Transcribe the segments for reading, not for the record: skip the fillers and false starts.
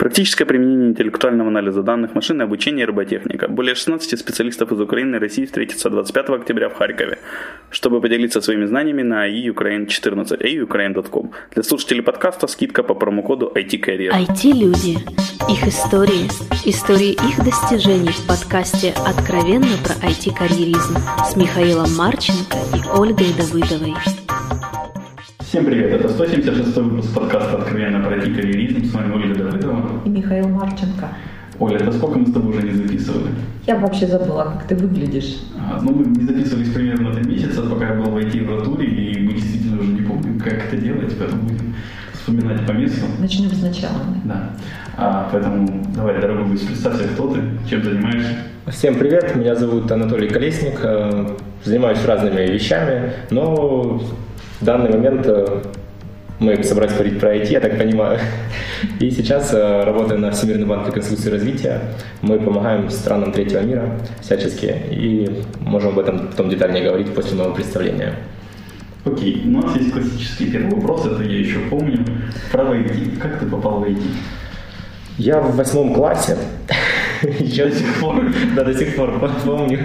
Практическое применение интеллектуального анализа данных, машинное обучение и роботехника. Более 16 специалистов из Украины и России встретятся 25 октября в Харькове, чтобы поделиться своими знаниями на AIUkraine14, aiukraine.com. Для слушателей подкаста скидка по промокоду ITCareer. IT-люди. Их истории. Истории их достижений в подкасте «Откровенно про IT-карьеризм» с Михаилом Марченко и Ольгой Давыдовой. Всем привет, это 176 выпуск подкаста «Откровенно про IT-карьеризм». С вами Ольга Давыдова и Михаил Марченко. Оля, это сколько мы с тобой уже не записывали? Я вообще забыла, как ты выглядишь. Мы не записывались примерно 3 месяца, пока я был в IT-лаборатории, и мы действительно уже не помним, как это делать, поэтому будем вспоминать по месту. Начнем сначала. Да. Поэтому давай, дорогой гость, представься, кто ты, чем занимаешься. Всем привет, меня зовут Анатолий Колесник, занимаюсь разными вещами, но в данный момент мы собрались говорить про IT, я так понимаю. И сейчас работаю на Всемирный банк реконструкции и развития. Мы помогаем странам третьего мира всячески, и можем об этом потом детальнее говорить после моего представления. Окей, у нас есть классический первый вопрос, это я еще помню, про IT. Как ты попал в IT? Я в 8 классе. До сих пор? Да, до сих пор помню.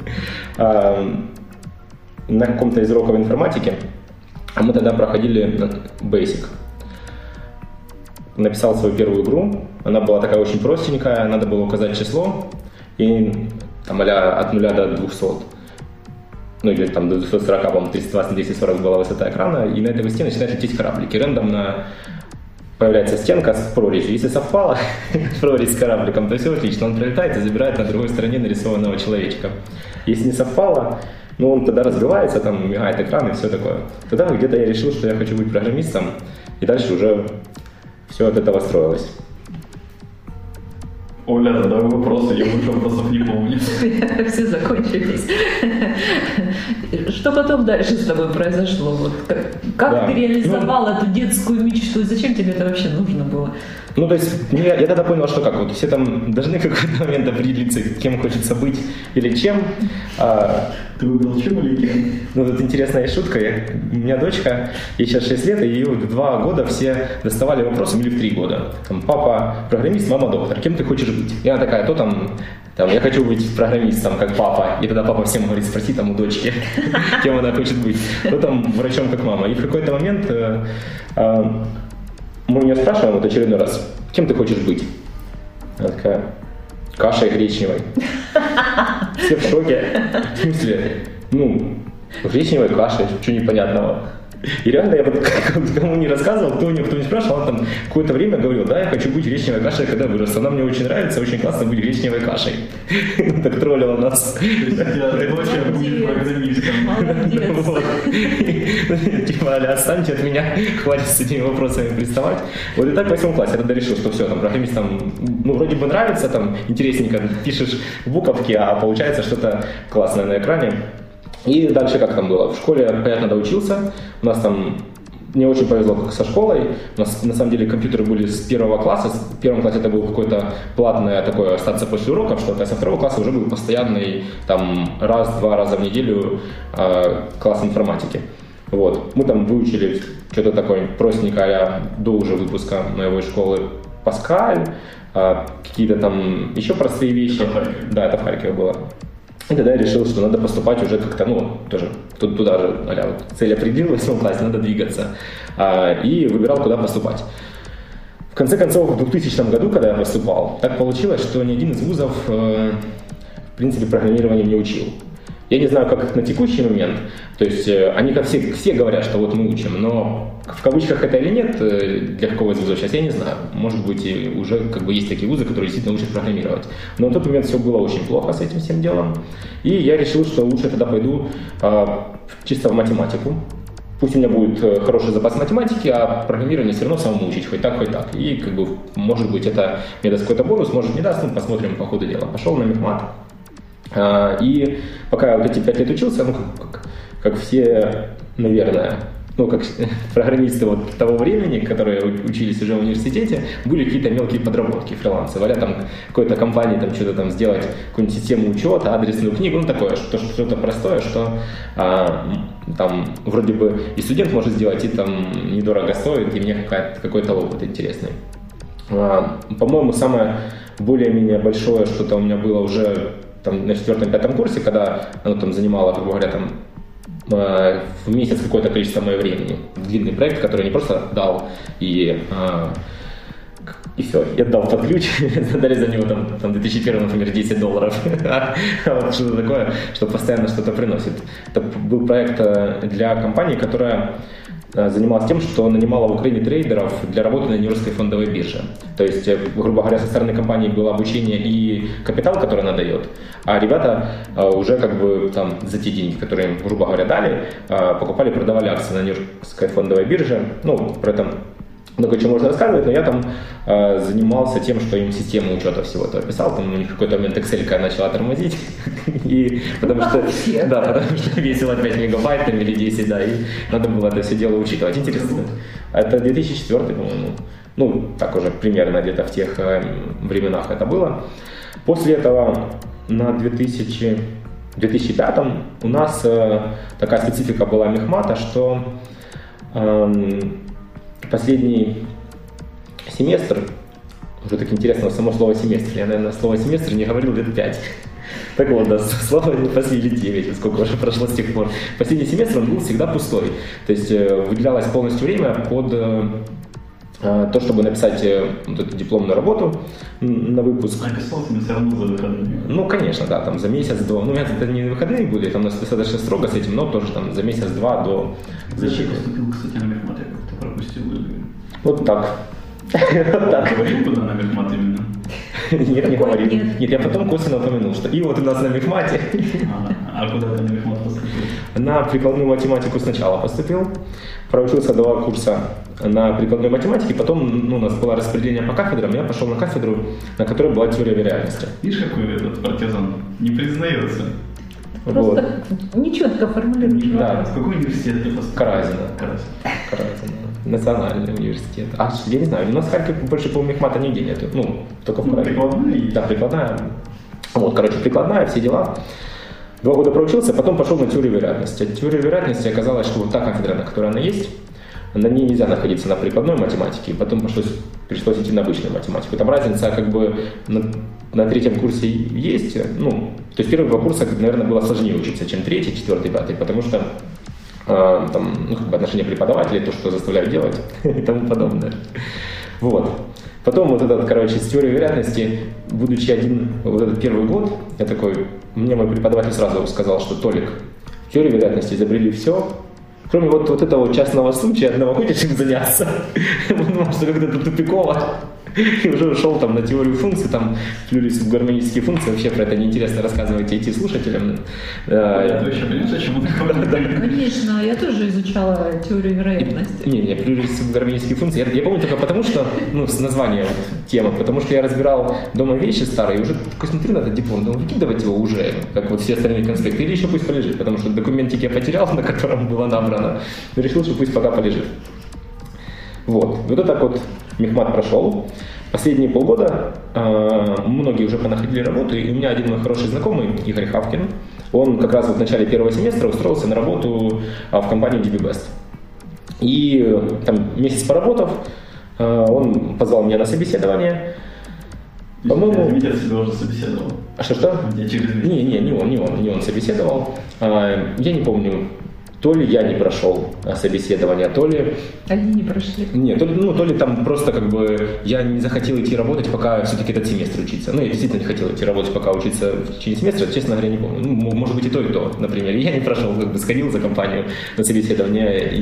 На каком-то из уроков информатики, а мы тогда проходили Basic. Написал свою первую игру, она была такая очень простенькая, надо было указать число, и там а-ля от 0 до 200. Ну или там до 240, по-моему, 320 на 240 была высота экрана, и на этой высоте начинают лететь кораблики. Рандомно появляется стенка с прорезью. Если совпало прорезь с корабликом, то все отлично, он прилетает и забирает на другой стороне нарисованного человечка. Если не совпало, он тогда разбивается, там мигает экран и все такое. Тогда где-то я решил, что я хочу быть программистом, и дальше уже все от этого строилось. Оля, задавай вопросы, я больше вопросов не помню. Все закончились. Что потом дальше с тобой произошло? Как ты реализовал эту детскую мечту? Зачем тебе это вообще нужно было? То есть я тогда понял, что все там должны в какой-то момент определиться, кем хочется быть или чем. Ты выбрал чем или кем? Тут интересная шутка. У меня дочка, ей сейчас 6 лет, и ее в 2 года все доставали вопросом, или в 3 года. Там, папа программист, мама доктор. Кем ты хочешь быть? И она такая, то там я хочу быть программистом, как папа. И тогда папа всем говорит, спроси там у дочки, кем она хочет быть. То там врачом, как мама. И в какой-то момент мы у нее спрашиваем очередной раз, кем ты хочешь быть? Она такая, кашей гречневой. Все в шоке. В смысле? Гречневой кашей, что непонятного. И реально я кому не рассказывал, кто не спрашивал, он там какое-то время говорил, да, я хочу быть гречневой кашей, когда вырос. Она мне очень нравится, очень классно быть гречневой кашей. Так троллила нас. Дочь будет программистом. Типа, отстаньте от меня, хватит с этими вопросами приставать. Вот и так в 8 классе я тогда решил, что все, там, программистам, вроде бы нравится, там, интересненько, пишешь буковки, а получается что-то классное на экране. И дальше как там было? В школе, понятно, доучился. У нас там не очень повезло как со школой. У нас на самом деле компьютеры были с 1 класса. В 1 классе это было какое-то платное такое остаться после уроков что-то, а со 2 класса уже был постоянный там 1-2 раза в неделю класс информатики. Вот. Мы там выучили что-то такое простенькое до уже выпуска моей школы Паскаль, какие-то там еще простые вещи. Да, это в Харькове было. И тогда я решил, что надо поступать уже как-то, тоже туда же, цель определилась в 8 классе, надо двигаться. И выбирал, куда поступать. В конце концов, в 2000 году, когда я поступал, так получилось, что ни один из вузов, в принципе, программированием не учил. Я не знаю, как на текущий момент, то есть они как все говорят, что вот мы учим, но в кавычках это или нет для какого из вузов сейчас я не знаю. Может быть, и уже есть такие вузы, которые действительно учат программировать. Но на тот момент все было очень плохо с этим всем делом. И я решил, что лучше тогда пойду чисто в математику. Пусть у меня будет хороший запас математики, а программирование все равно самому учить, хоть так, хоть так. И может быть, это мне даст какой-то бонус, может не даст, посмотрим по ходу дела. Пошел на мехмат. И пока я эти 5 лет учился, как все, наверное, как программисты того времени, которые учились уже в университете, были какие-то мелкие подработки, фрилансы. Валя там какой-то компании что-то там сделать, какую-нибудь систему учета, адресную книгу, такое, что-то простое, что там вроде бы и студент может сделать, и там недорого стоит, и мне какой-то опыт интересный. По-моему, самое более-менее большое что-то у меня было уже там, на 4-5 курсе, когда оно там занимало, грубо говоря, там, в месяц какое-то количество моего времени. Длинный проект, который я не просто дал и все, я дал под ключ, дали за него там 2001, например, $10, вот что-то такое, что постоянно что-то приносит. Это был проект для компании, которая занималась тем, что нанимала в Украине трейдеров для работы на Нью-Йоркской фондовой бирже. То есть, грубо говоря, со стороны компании было обучение и капитал, который она дает, а ребята уже как бы там за те деньги, которые им, грубо говоря, дали, покупали, продавали акции на Нью-Йоркской фондовой бирже. Ну, при этом много чего можно рассказывать, но я там занимался тем, что им систему учета всего этого писал. Там у них в какой-то момент Excel-ка начала тормозить, и потому что весило 5 мегабайт или 10, да, и надо было это все дело учитывать. Интересно. Это 2004, по-моему. Ну, так уже примерно где-то в тех временах это было. После этого на 2005 у нас такая специфика была мехмата, что последний семестр, уже так интересно, само слово семестр, я, наверное, слово семестр не говорил лет 5. Так вот, да, слово последние 9, сколько уже прошло с тех пор. Последний семестр он был всегда пустой, то есть выделялось полностью время под то, чтобы написать вот эту дипломную работу на выпуск. А писал ты все равно за выходные? Ну, конечно, да, там за месяц-два. Ну, это не выходные были, там у нас достаточно строго с этим, но тоже там за месяц-два до защиты. Зачем поступил, кстати, на мехмат? Я как-то пропустил. Вот так. Вот так. Говорил, куда на мехмат именно? Нет, не говорил. Нет, я потом косвенно упомянул, что и вот у нас на мехмате. А куда ты на мехмат поступил? На прикладную математику сначала поступил. Проучился 2 курса на прикладной математике, потом у нас было распределение по кафедрам, я пошел на кафедру, на которой была теория вероятности. Видишь, какой этот партизан? Не признается. Просто нечетко формулируешь. Да. В какой университет ты поступил? Каразина. Каразина. Национальный университет. А я не знаю, у нас в Харькове больше по мехмата нигде нету. Ну, только в Каразине. Прикладная? Да, прикладная. Вот, короче, прикладная, все дела. 2 года проучился, потом пошел на теорию вероятности. Теория вероятности оказалась, что вот та кафедра, на которой она есть, на ней нельзя находиться на прикладной математике, потом пришлось идти на обычную математику. Там разница как бы на 3-м курсе есть, ну, то есть первые 2 курса, наверное, было сложнее учиться, чем 3-й, 4-й, 5-й, потому что там, ну, как бы отношение преподавателей, то, что заставляют делать и тому подобное. Вот. Потом вот этот, короче, с теорией вероятности, будучи вот этот первый год, я такой, мне мой преподаватель сразу сказал, что Толик, в теории вероятности изобрели все, кроме вот этого частного случая, одного хочешь им заняться, потому что как-то тупиково. И уже ушел там на теорию функций, там плюрисубгармонические функции, вообще про это неинтересно рассказывать IT-слушателям. Это еще понимаешь, о чем мы говорим? Конечно, я тоже изучала теорию вероятности. Не, плюрисубгармонические функции. Я помню только потому, что, ну, с названием темы, потому что я разбирал дома вещи старые, и уже такой смотрю на этот диплом, думаю, выкидывать его уже, как вот все остальные конспекты, или еще пусть полежит, потому что документик я потерял, на котором было набрано, и решил, что пусть пока полежит. Вот так вот мехмат прошел. Последние полгода многие уже понаходили работу, и у меня один мой хороший знакомый, Игорь Хавкин, он как раз вот в начале 1-го семестра устроился на работу в компанию DBBest. И там месяц поработав, он позвал меня на собеседование. По-моему... Я себя уже собеседовал. А что? Не он собеседовал. Я не помню, то ли я не прошел собеседование, то ли... Они не прошли. Нет, то ли там просто как бы я не захотел идти работать, пока все-таки этот семестр учиться. Ну, я действительно не хотел идти работать, пока учиться в течение семестра, честно говоря, не помню. Ну, может быть и то, например. Я не прошел, как бы сходил за компанию на собеседование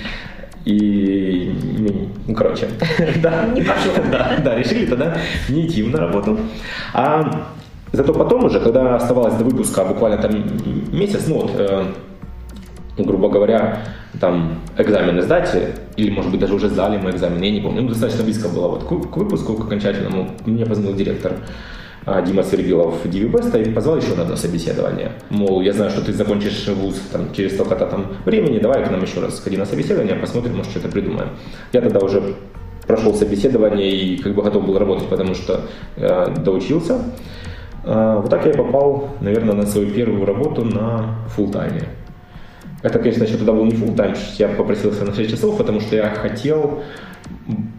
ну, короче. Да, не пошел. Да, решили тогда не идти на работу. А зато потом уже, когда оставалось до выпуска буквально там месяц, грубо говоря, там экзамены сдать, или, может быть, даже уже сдали мы экзамены, я не помню. Ну, достаточно близко было вот к выпуску, к окончательному. Мне позвонил директор Дима Сергилов DBBest и позвал еще на одно собеседование. Мол, я знаю, что ты закончишь вуз там, через столько-то там времени, давай к нам еще раз сходи на собеседование, посмотрим, может, что-то придумаем. Я тогда уже прошел собеседование и как бы готов был работать, потому что доучился. Вот так я попал, наверное, на свою первую работу на фулл-тайме. Это, конечно, еще тогда был не фулл-тайм, я попросился на 6 часов, потому что я хотел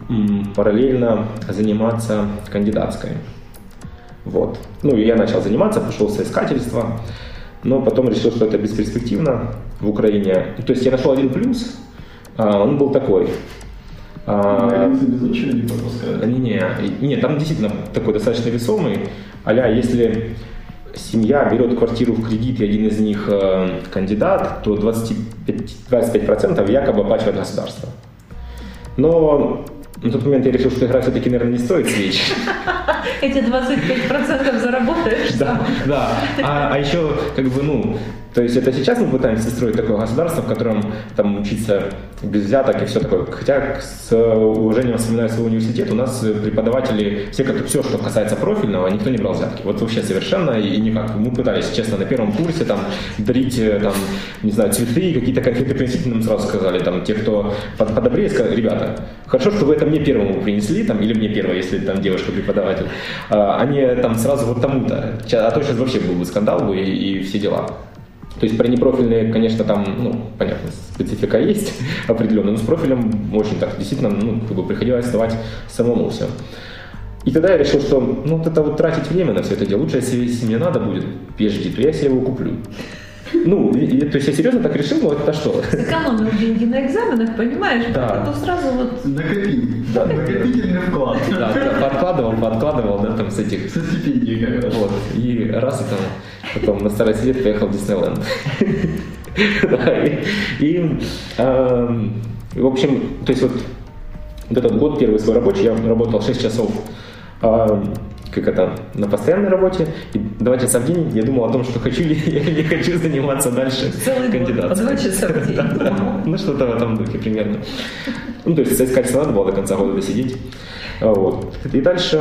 параллельно заниматься кандидатской. Вот. Ну, и я начал заниматься, пошел в соискательство, но потом решил, что это бесперспективно в Украине. То есть я нашел один плюс, он был такой. Без очереди пропускают? Не, там действительно такой достаточно весомый. А-ля, если семья берет квартиру в кредит, и один из них кандидат, то 25% якобы оплачивает государство. Но на тот момент я решил, что игра все-таки, наверное, не стоит свеч. Эти 25% заработаешь? Да. А еще, то есть это сейчас мы пытаемся строить такое государство, в котором там учиться без взяток и все такое. Хотя с уважением вспоминаю свой университет, у нас преподаватели, все, что касается профильного, никто не брал взятки. Вот вообще совершенно и никак. Мы пытались, честно, на первом курсе дарить, не знаю, цветы, какие-то конфеты приносить, нам сразу сказали, те, кто подобрее, сказали, ребята, хорошо, что вы это мне первому принесли, или мне первой, если там девушка-преподаватель, а не сразу вот тому-то. А то сейчас вообще был бы скандал и все дела. То есть про непрофильные, конечно, понятно, специфика есть определенная, но с профилем очень так, действительно, приходилось сдавать самому все. И тогда я решил, что, это тратить время на все это дело, лучше, если мне надо будет PhD, то я себе его куплю. То есть я серьезно так решил, но это что? Сэкономил деньги на экзаменах, понимаешь? Да. То сразу накопил. Да, накопительный вклад. Да, подкладывал, с этих... Со стипендии как раз. Вот, и раз, и потом на старости лет поехал в Диснейленд. В общем, то есть вот этот год первый свой рабочий, я работал 6 часов на постоянной работе, и 2 часа в день я думал о том, что хочу ли я или не хочу заниматься дальше кандидатом. По 2 часа в день. Да. Что-то в этом духе примерно. То есть соискательство надо было до конца года досидеть. Вот. И дальше,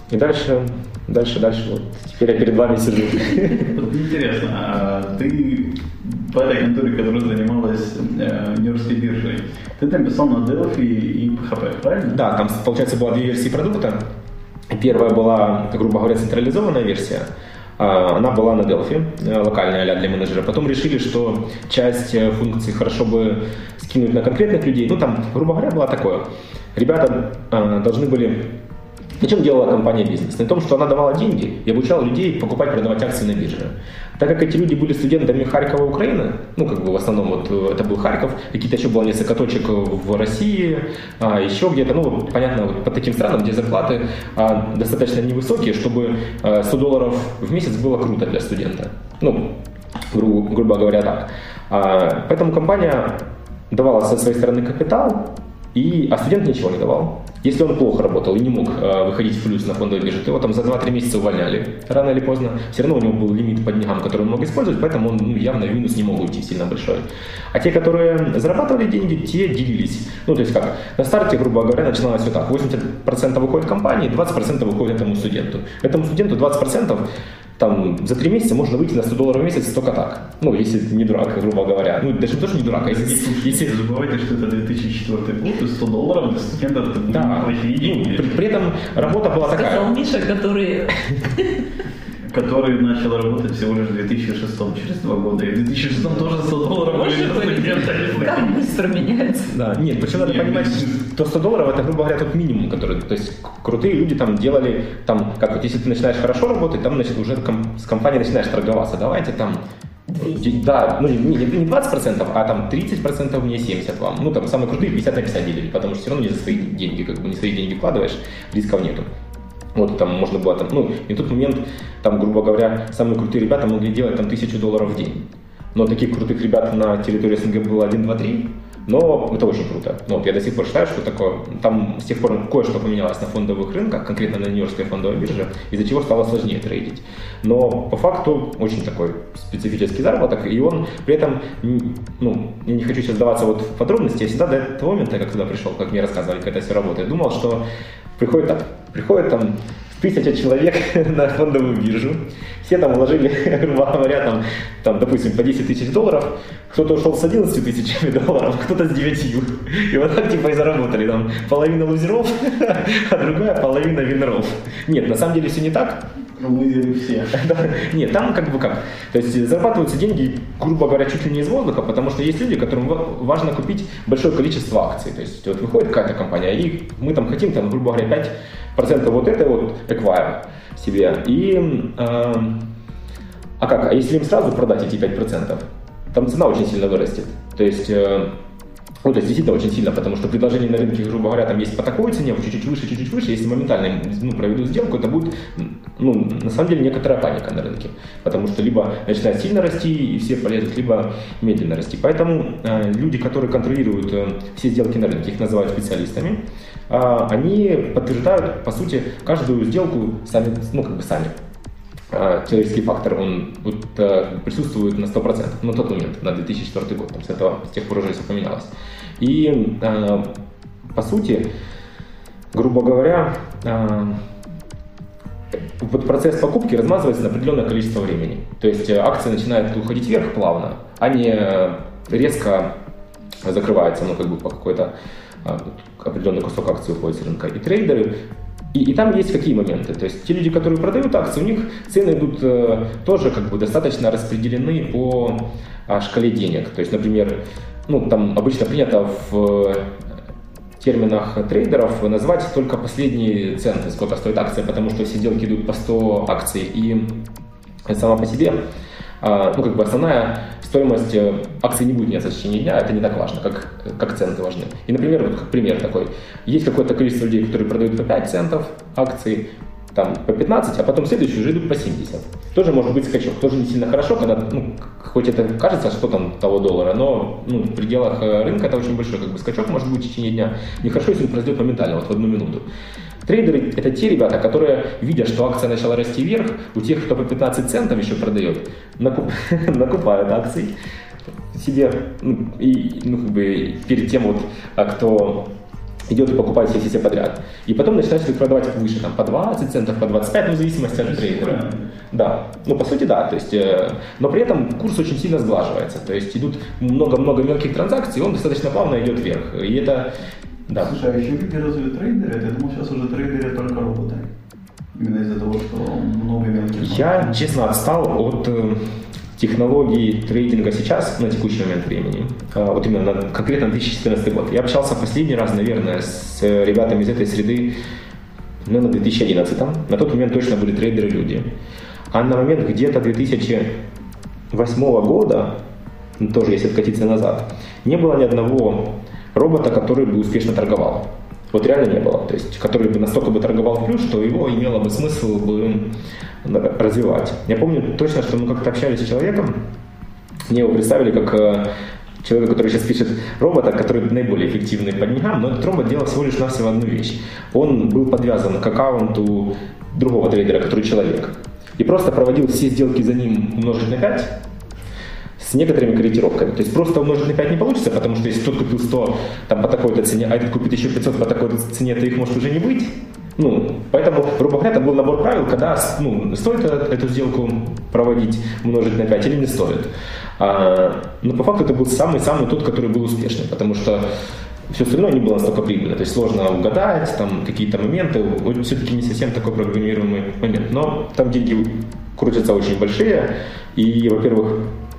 вот. Теперь я перед вами сижу. Вот интересно, а ты по этой конторе, которая занималась Нью-Йоркской биржей, ты там писал на Delphi и PHP, правильно? Да, там, получается, было 2 версии продукта. Первая была, грубо говоря, централизованная версия. Она была на Delphi, локальная а-ля для менеджера. Потом решили, что часть функций хорошо бы скинуть на конкретных людей. Там, грубо говоря, было такое. Ребята должны были... На чем делала компания бизнес? На том, что она давала деньги и обучала людей покупать, продавать акции на бирже. Так как эти люди были студентами Харькова, Украины, в основном это был Харьков, какие-то еще было несколько точек в России, еще где-то, понятно, по таким странам, где зарплаты достаточно невысокие, чтобы $100 в месяц было круто для студента. Грубо говоря, так. Поэтому компания давала со своей стороны капитал, а студент ничего не давал. Если он плохо работал и не мог выходить в плюс на фондовой бирже, то его за 2-3 месяца увольняли. Рано или поздно. Все равно у него был лимит по деньгам, который он мог использовать, поэтому он явно в минус не мог уйти сильно большой. А те, которые зарабатывали деньги, те делились. То есть как? На старте, грубо говоря, начиналось вот так. 80% выходит компании, 20% выходит этому студенту. Этому студенту 20% за 3 месяца можно выйти на $100 в месяц только так. Если не дурак, грубо говоря. Даже тоже не дурак. Если забывайте, что это 2004 год, и $100 для студента это неплохие деньги. При этом работа была такая. Сказал Миша, который начал работать всего лишь в 2006, через 2 года. И в 2006 тоже $100 были для студента. Как быстро меняется. Да, нет, причем надо понимать, что $100 это, грубо говоря, тот минимум, который, то есть крутые люди делали, если ты начинаешь хорошо работать, там, уже с компанией начинаешь торговаться, давайте 200. Да, не 20%, а 30% мне, 70% вам. Самые крутые 50 на 50 делили, потому что все равно не за свои деньги, не свои деньги вкладываешь, рисков нету. Вот можно было и в тот момент, грубо говоря, самые крутые ребята могли делать $1000 в день. Но таких крутых ребят на территории СНГ было 1, 2, 3. Но это очень круто. Я до сих пор считаю, что такое. Там с тех пор кое-что поменялось на фондовых рынках, конкретно на Нью-Йоркской фондовой бирже, из-за чего стало сложнее трейдить. Но по факту очень такой специфический заработок, и он при этом, я не хочу сейчас вдаваться в подробности, я всегда до этого момента, как туда пришел, как мне рассказывали, как это все работает, думал, что приходит 1000 человек на фондовую биржу, все вложили, грубо говоря, допустим, по $10 000, кто-то ушел с $11 000, кто-то с 9. И вот так и заработали. Половина лузеров, а другая половина винеров. Нет, на самом деле все не так. Выделили все. Нет, там как бы как. То есть зарабатываются деньги, грубо говоря, чуть ли не из воздуха, потому что есть люди, которым важно купить большое количество акций. То есть вот выходит какая-то компания, и мы там хотим, там, грубо говоря, 5% вот это вот acquire себе. И, а как? А если им сразу продать эти 5%, там цена очень сильно вырастет. То есть действительно очень сильно, потому что предложение на рынке, грубо говоря, там есть по такой цене, чуть-чуть выше. Если моментально проведут сделку, это будет, на самом деле, некоторая паника на рынке. Потому что либо начинает сильно расти, и все полезут, либо медленно расти. Поэтому люди, которые контролируют все сделки на рынке, их называют специалистами, они подтверждают, по сути, каждую сделку сами. Человеческий фактор, он присутствует на 100% на тот момент, на 2004 год, с тех пор уже все поменялось. И, по сути, грубо говоря, вот процесс покупки размазывается на определенное количество времени. То есть акции начинают уходить вверх плавно, а не резко закрываются, по какой-то определенный кусок акций уходит с рынка. И трейдеры. И там есть какие моменты. То есть те люди, которые продают акции, у них цены идут тоже достаточно распределены по шкале денег. То есть, например, там обычно принято в терминах трейдеров назвать только последние центы, сколько стоит акция, потому что все сделки идут по 100 акций. И сама по себе основная стоимость акций не будет меняться в течение дня, это не так важно, как центы важны. И, например, как пример такой, есть какое-то количество людей, которые продают по 5 центов акций, там по 15, а потом следующие уже идут по 70. Тоже может быть скачок, тоже не сильно хорошо, когда, хоть это кажется, что там того доллара, но в пределах рынка это очень большой скачок может быть в течение дня. Нехорошо, если он произойдет моментально, в 1 минуту. Трейдеры – это те ребята, которые, видя, что акция начала расти вверх, у тех, кто по 15 центов еще продает, накупают акции себе, и перед тем, кто идет и покупает все подряд. И потом начинают их продавать выше, там, по 20 центов, по 25, в зависимости от трейдера. Да, по сути, да. То есть, но при этом курс очень сильно сглаживается. То есть идут много-много мелких транзакций, он достаточно плавно идет вверх. И это... Да. Слушай, а еще люди разве трейдеры? Я думал, сейчас уже трейдеры только роботы. Именно из-за того, что много мелких. Я, честно, отстал от технологий трейдинга сейчас, на текущий момент времени. Вот именно конкретно 2014 год. Я общался последний раз, наверное, с ребятами из этой среды, на 2011. На тот момент точно были трейдеры-люди. А на момент где-то 2008 года, тоже если откатиться назад, не было ни одного робота, который бы успешно торговал. Вот реально не было. То есть, который бы настолько бы торговал в плюс, что его имело бы смысл бы развивать. Я помню точно, что мы как-то общались с человеком, мне его представили как человека, который сейчас пишет робота, который наиболее эффективный по деньгам, но этот робот делал всего лишь навсего одну вещь. Он был подвязан к аккаунту другого трейдера, который человек, и просто проводил все сделки за ним умножить на 5, с некоторыми корректировками. То есть просто умножить на 5 не получится, потому что если тот купил 100 там, по такой-то цене, а этот купит еще 500 по такой-то цене, то их может уже не быть. Поэтому, грубо говоря, это был набор правил, когда стоит эту сделку проводить, умножить на 5 или не стоит. Но по факту это был самый-самый тот, который был успешный, потому что все остальное не было настолько прибыльно. То есть сложно угадать, там какие-то моменты, все-таки не совсем такой программируемый момент. Но там деньги крутятся очень большие, и, во-первых,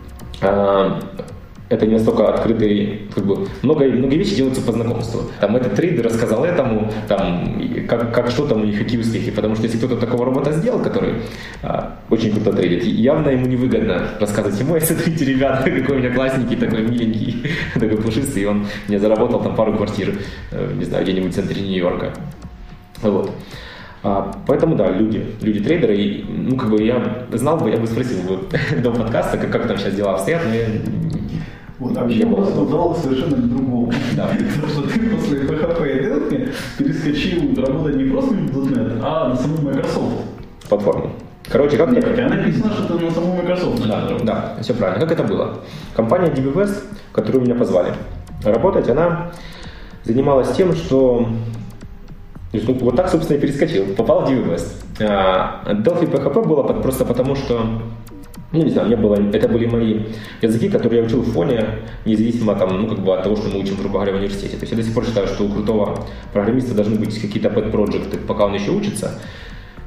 это не настолько открытый, многие вещи делаются по знакомству. Там этот трейдер рассказал этому, там, как что там у них, какие успехи. Потому что если кто-то такого робота сделал, который очень круто трейдит, явно ему невыгодно рассказывать ему: смотрите, ребята, какой у меня классненький, такой миленький, такой пушистый, и он мне заработал там пару квартир, не знаю, где-нибудь в центре Нью-Йорка. Вот. Поэтому, да, люди трейдеры, и, я знал бы, я бы спросил до подкаста, как там сейчас дела обстоят, но я... Вот, а вообще вопрос удавалось совершенно к другому. Да. Потому что ты после PHP и Delphi перескочил работать не просто в .NET, а на саму Microsoft. Платформу. Короче, как Нет, хотя написано, что ты на саму Microsoft. Да, все правильно. Как это было? Компания DB West, которую меня позвали работать, она занималась тем, что... Вот так, собственно, и перескочил. Попал в DB West. Delphi PHP было просто потому, что... не знаю, это были мои языки, которые я учил в фоне, независимо от того, что мы учим, грубо говоря, в университете. То есть я до сих пор считаю, что у крутого программиста должны быть какие-то pet-проекты, пока он еще учится.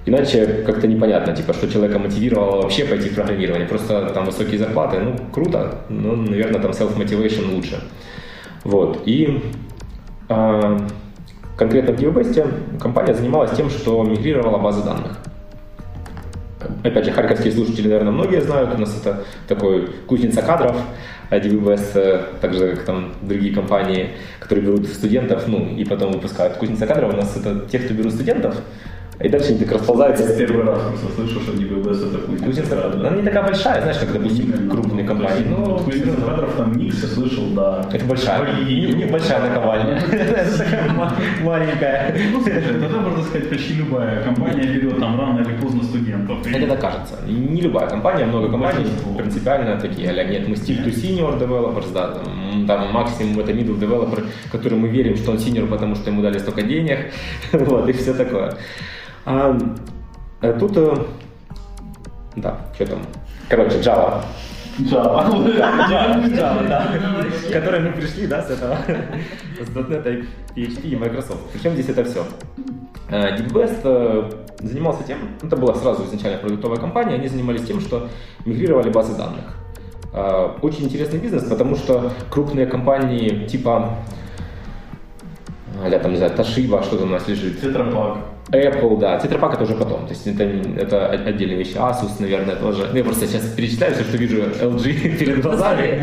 Иначе как-то непонятно, типа, что человека мотивировало вообще пойти в программирование. Просто там высокие зарплаты, ну, круто, но, наверное, там self-motivation лучше. Вот. И конкретно в DiviBest компания занималась тем, что мигрировала базы данных. Опять же, харьковские слушатели, наверное, многие знают, у нас это такой кузница кадров, а DiviBest, так же, как там другие компании, которые берут студентов, ну, и потом выпускают. Кузница кадров у нас это те, кто берут студентов, и дальше они так расползаются. Я первый раз просто слышу, что DiviBest это кузница кадров. Она не такая большая, знаешь, как, допустим, крупные компании. Ну, кузница кадров там Никс, я слышал, да. Это большая, не большая наковальня. Это такая маленькая. Ну, слушай, тогда, можно сказать, почти любая компания берет там рано или поздно студентов. Это кажется. Не любая компания, много компаний принципиально такие, а нет, мы Steve to Senior Developers, да, там максимум это Middle Developer, который мы верим, что он senior, потому что ему дали столько денег, вот, и все такое. Тут, да, что там, короче, Java, да, к которой мы пришли, да, с этого, с .NET, PHP и Microsoft. Причем здесь это все? DiviBest занимался тем, это была сразу изначально продуктовая компания, они занимались тем, что мигрировали базы данных. Очень интересный бизнес, потому что крупные компании типа, там, не знаю, Toshiba, что там у нас лежит? Tetra Pak. Apple, да, Tetra Pak это уже потом, то есть это отдельные вещи. Asus, наверное, тоже. Ну, я просто сейчас перечисляю все, что вижу LG перед глазами.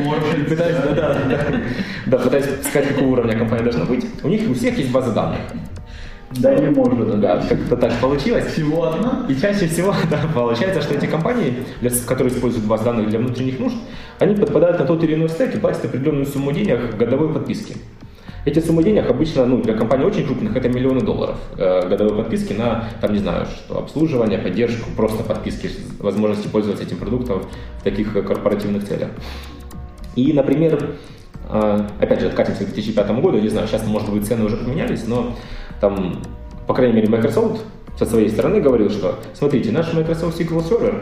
Пытаюсь сказать, какого уровня компания должна быть. У них у всех есть база данных. Да, не может. Да, как-то так получилось. Всего одна? И чаще всего, да, получается, что эти компании, которые используют базы данных для внутренних нужд, они подпадают на тот или иной стек и платят определенную сумму денег годовой подписки. Эти суммы денег обычно, ну, для компаний очень крупных, это миллионы долларов годовой подписки на, там, не знаю, что, обслуживание, поддержку, просто подписки, возможности пользоваться этим продуктом в таких корпоративных целях. И, например, опять же, откатимся к 2005 году, не знаю, сейчас, может быть, цены уже поменялись, но там, по крайней мере, Microsoft со своей стороны говорил, что, смотрите, наш Microsoft SQL Server,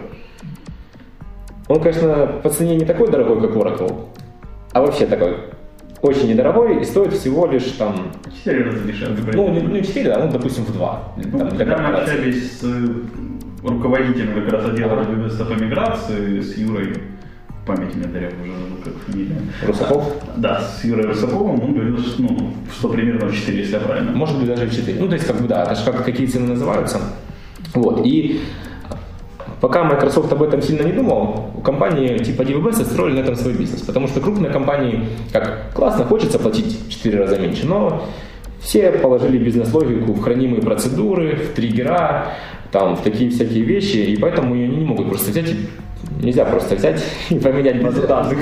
он, конечно, по цене не такой дорогой, как Oracle, а вообще такой очень недорогой и стоит всего лишь там... 4 раза дешевле. Ну, не 4, а, ну, допустим, в 2. Когда мы общались с руководителем как раз отдела DiviBest по миграции, с Юрой, память мне дарят уже, как фамилия. Русаков? Да, с Юрой Русаковым он говорил, что примерно в 4, если я правильно. Может быть, даже в 4. Ну, то есть, как бы, да, это же какие цены называются. Вот, и пока Microsoft об этом сильно не думал, у компании типа DiviBest строили на этом свой бизнес. Потому что крупные компании, как классно, хочется платить в 4 раза меньше, но все положили бизнес-логику в хранимые процедуры, в триггера, там, в такие всякие вещи, и поэтому они не могут просто взять, нельзя просто взять и поменять базу данных.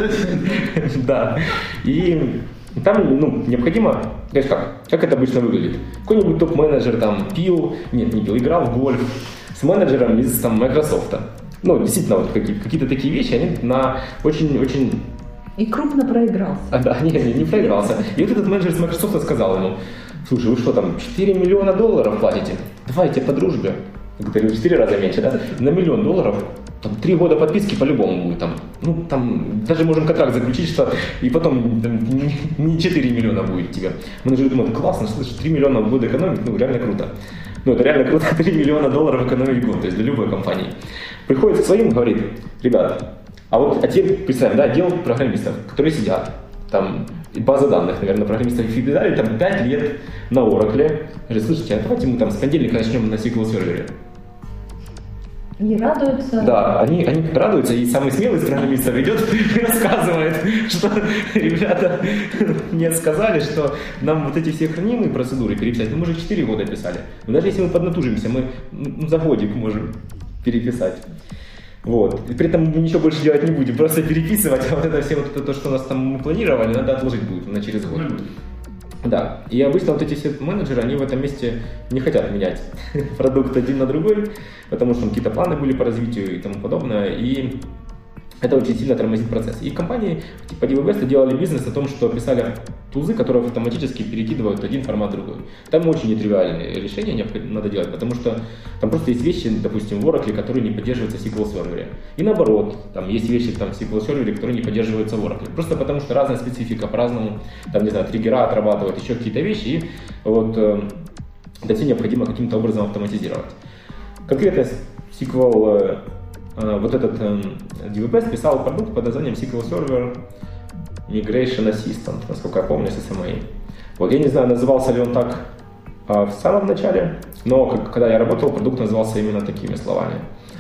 Да. И там, ну, необходимо, то есть как это обычно выглядит? Какой-нибудь топ-менеджер там играл в гольф с менеджером из там Microsoft. Ну, действительно, вот какие-то такие вещи, они на очень-очень... И крупно проигрался. Да, не проигрался. И вот этот менеджер с Microsoft сказал ему: слушай, вы что там, 4 миллиона долларов платите? Давайте по дружбе. Говорю, в 4 раза меньше, да? На $1 миллион, там, 3 года подписки по-любому будет. Там, ну, там, даже можем контракт заключить, что и потом там, не 4 миллиона будет тебе. Менеджер думает, классно, слышишь, 3 миллиона в год экономить, ну, реально круто. Ну, это реально круто, 3 миллиона долларов экономить в год, то есть для любой компании. Приходит к своим, говорит, ребят, а теперь представим, да, отдел программистов, которые сидят, там, база данных, наверное, программистов их дали там 5 лет на Oracle. Говорит, слушайте, а давайте мы там с понедельника начнем на SQL сервере. Они радуются. Да, они радуются, и самый смелый из программистов идет и рассказывает, что ребята мне сказали, что нам вот эти все хранимые процедуры переписать, мы уже 4 года писали. Но даже если мы поднатужимся, мы за годик можем переписать. Вот. И при этом мы ничего больше делать не будем, просто переписывать, а вот это все вот то, что у нас там мы планировали, надо отложить будет на через год. Да, и обычно вот эти все менеджеры, они в этом месте не хотят менять продукт один на другой, потому что там какие-то планы были по развитию и тому подобное, и это очень сильно тормозит процесс. И компании типа DiviBest делали бизнес на том, что писали тулзы, которые автоматически перекидывают один формат в другой. Там очень нетривиальные решения надо делать, потому что там просто есть вещи, допустим, в Oracle, которые не поддерживаются в SQL Server. И наоборот, там есть вещи там, в SQL Server, которые не поддерживаются в Oracle. Просто потому что разная специфика, по-разному, там, не знаю, триггера отрабатывают, еще какие-то вещи, и вот это все необходимо каким-то образом автоматизировать. Конкретно SQL, вот этот DVBest писал продукт под названием SQL Server Migration Assistant, насколько я помню, с SMA. Вот я не знаю, назывался ли он так в самом начале, но когда я работал, продукт назывался именно такими словами.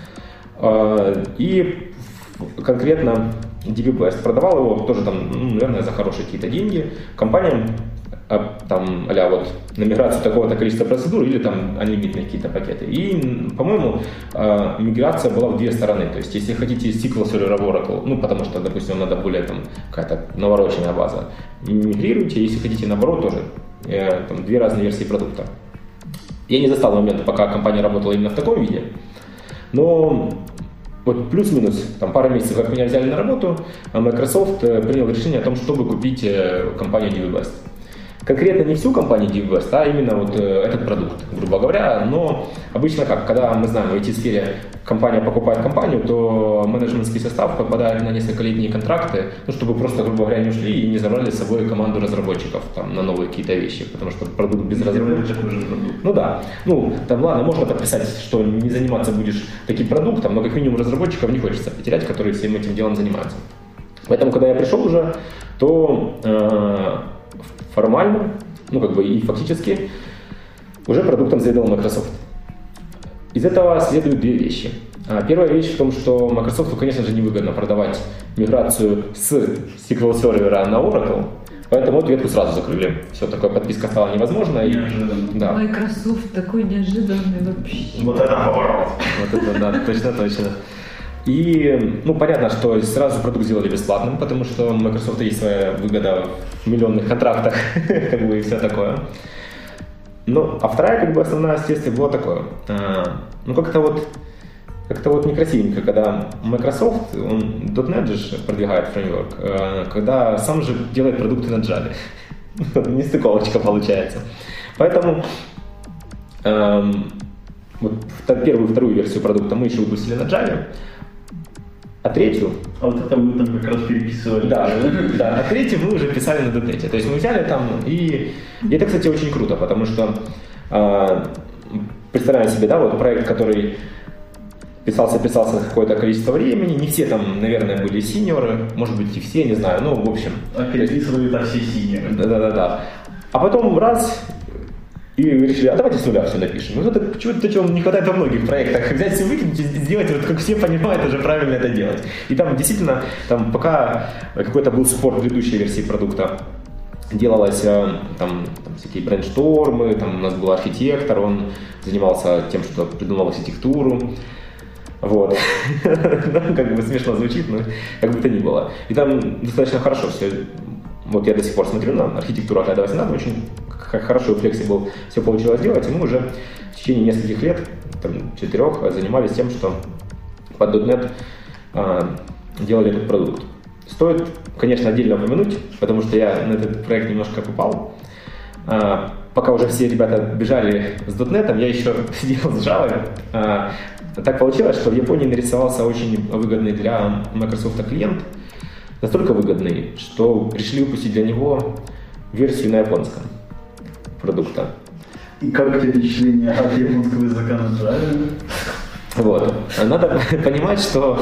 И конкретно DVBest продавал его тоже там, наверное, за хорошие какие-то деньги компаниям, там, а-ля вот на миграцию такого-то количества процедур или там unlimited какие-то пакеты. И, по-моему, миграция была в две стороны. То есть, если хотите SQL Server в Oracle, потому что, допустим, надо более там какая-то навороченная база, мигрируйте. Если хотите наоборот, тоже там две разные версии продукта. Я не застал момент, пока компания работала именно в таком виде, но вот плюс-минус, там пару месяцев, как меня взяли на работу, Microsoft принял решение о том, чтобы купить компанию DVBest. Конкретно не всю компанию DVBest, а именно вот этот продукт, грубо говоря. Но обычно как, когда мы знаем, в IT-сфере компания покупает компанию, то менеджментский состав попадает на нескольколетние контракты, чтобы просто, грубо говоря, не ушли и не забрали с собой команду разработчиков там, на новые какие-то вещи, потому что продукт без разработчиков. Ну да, там ладно, можно подписать, что не заниматься будешь таким продуктом, но как минимум разработчиков не хочется потерять, которые всем этим делом занимаются. Поэтому, когда я пришел уже, то формально, и фактически уже продуктом заведовал Microsoft. Из этого следуют две вещи. Первая вещь в том, что Microsoft, конечно же, невыгодно продавать миграцию с SQL Server на Oracle, поэтому эту ветку сразу закрыли. Все, такая подписка стала невозможна. Неожиданно. Да. Microsoft такой неожиданный вообще. Вот это поворот. Вот это, да, точно. И, понятно, что сразу продукт сделали бесплатным, потому что у Microsoft есть своя выгода в миллионных контрактах, и все такое. А вторая, основная следствие было такое. Как-то вот некрасивенько, когда Microsoft, он .NET же продвигает фреймворк, когда сам же делает продукты на Java. Нестыковочка получается. Поэтому вот первую и вторую версию продукта мы еще выпустили на Java, а третью... А вот это вы там как раз переписывали. Да, а третью мы уже писали на .NET. То есть мы взяли там, и это, кстати, очень круто, потому что представляем себе, вот проект, который писался какое-то количество времени, не все там, наверное, были синьоры, может быть и все, не знаю, в общем. А переписывали это все синьоры. Да. А потом раз... И решили, давайте с нуля все напишем. Чего не хватает во многих проектах. Взять все, выкинуть и сделать, как все понимают, уже правильно это делать. И там действительно, пока какой-то был суппорт предыдущей версии продукта, делалось там всякие брейнштормы, там у нас был архитектор, он занимался тем, что придумал архитектуру. Вот. Смешно звучит, но как бы то ни было. И там достаточно хорошо все. Вот я до сих пор смотрю на архитектуру Agile 18, очень хорошо и флексибл все получилось делать, и мы уже в течение нескольких лет, 4, занимались тем, что под .NET делали этот продукт. Стоит, конечно, отдельно упомянуть, потому что я на этот проект немножко попал. Пока уже все ребята бежали с .NET, я еще сидел с Java. Так получилось, что в Японии нарисовался очень выгодный для Microsoft клиент, настолько выгодный, что решили выпустить для него версию на японском продукта. И как у тебя впечатление от японского языка на Java? Вот. Надо понимать, что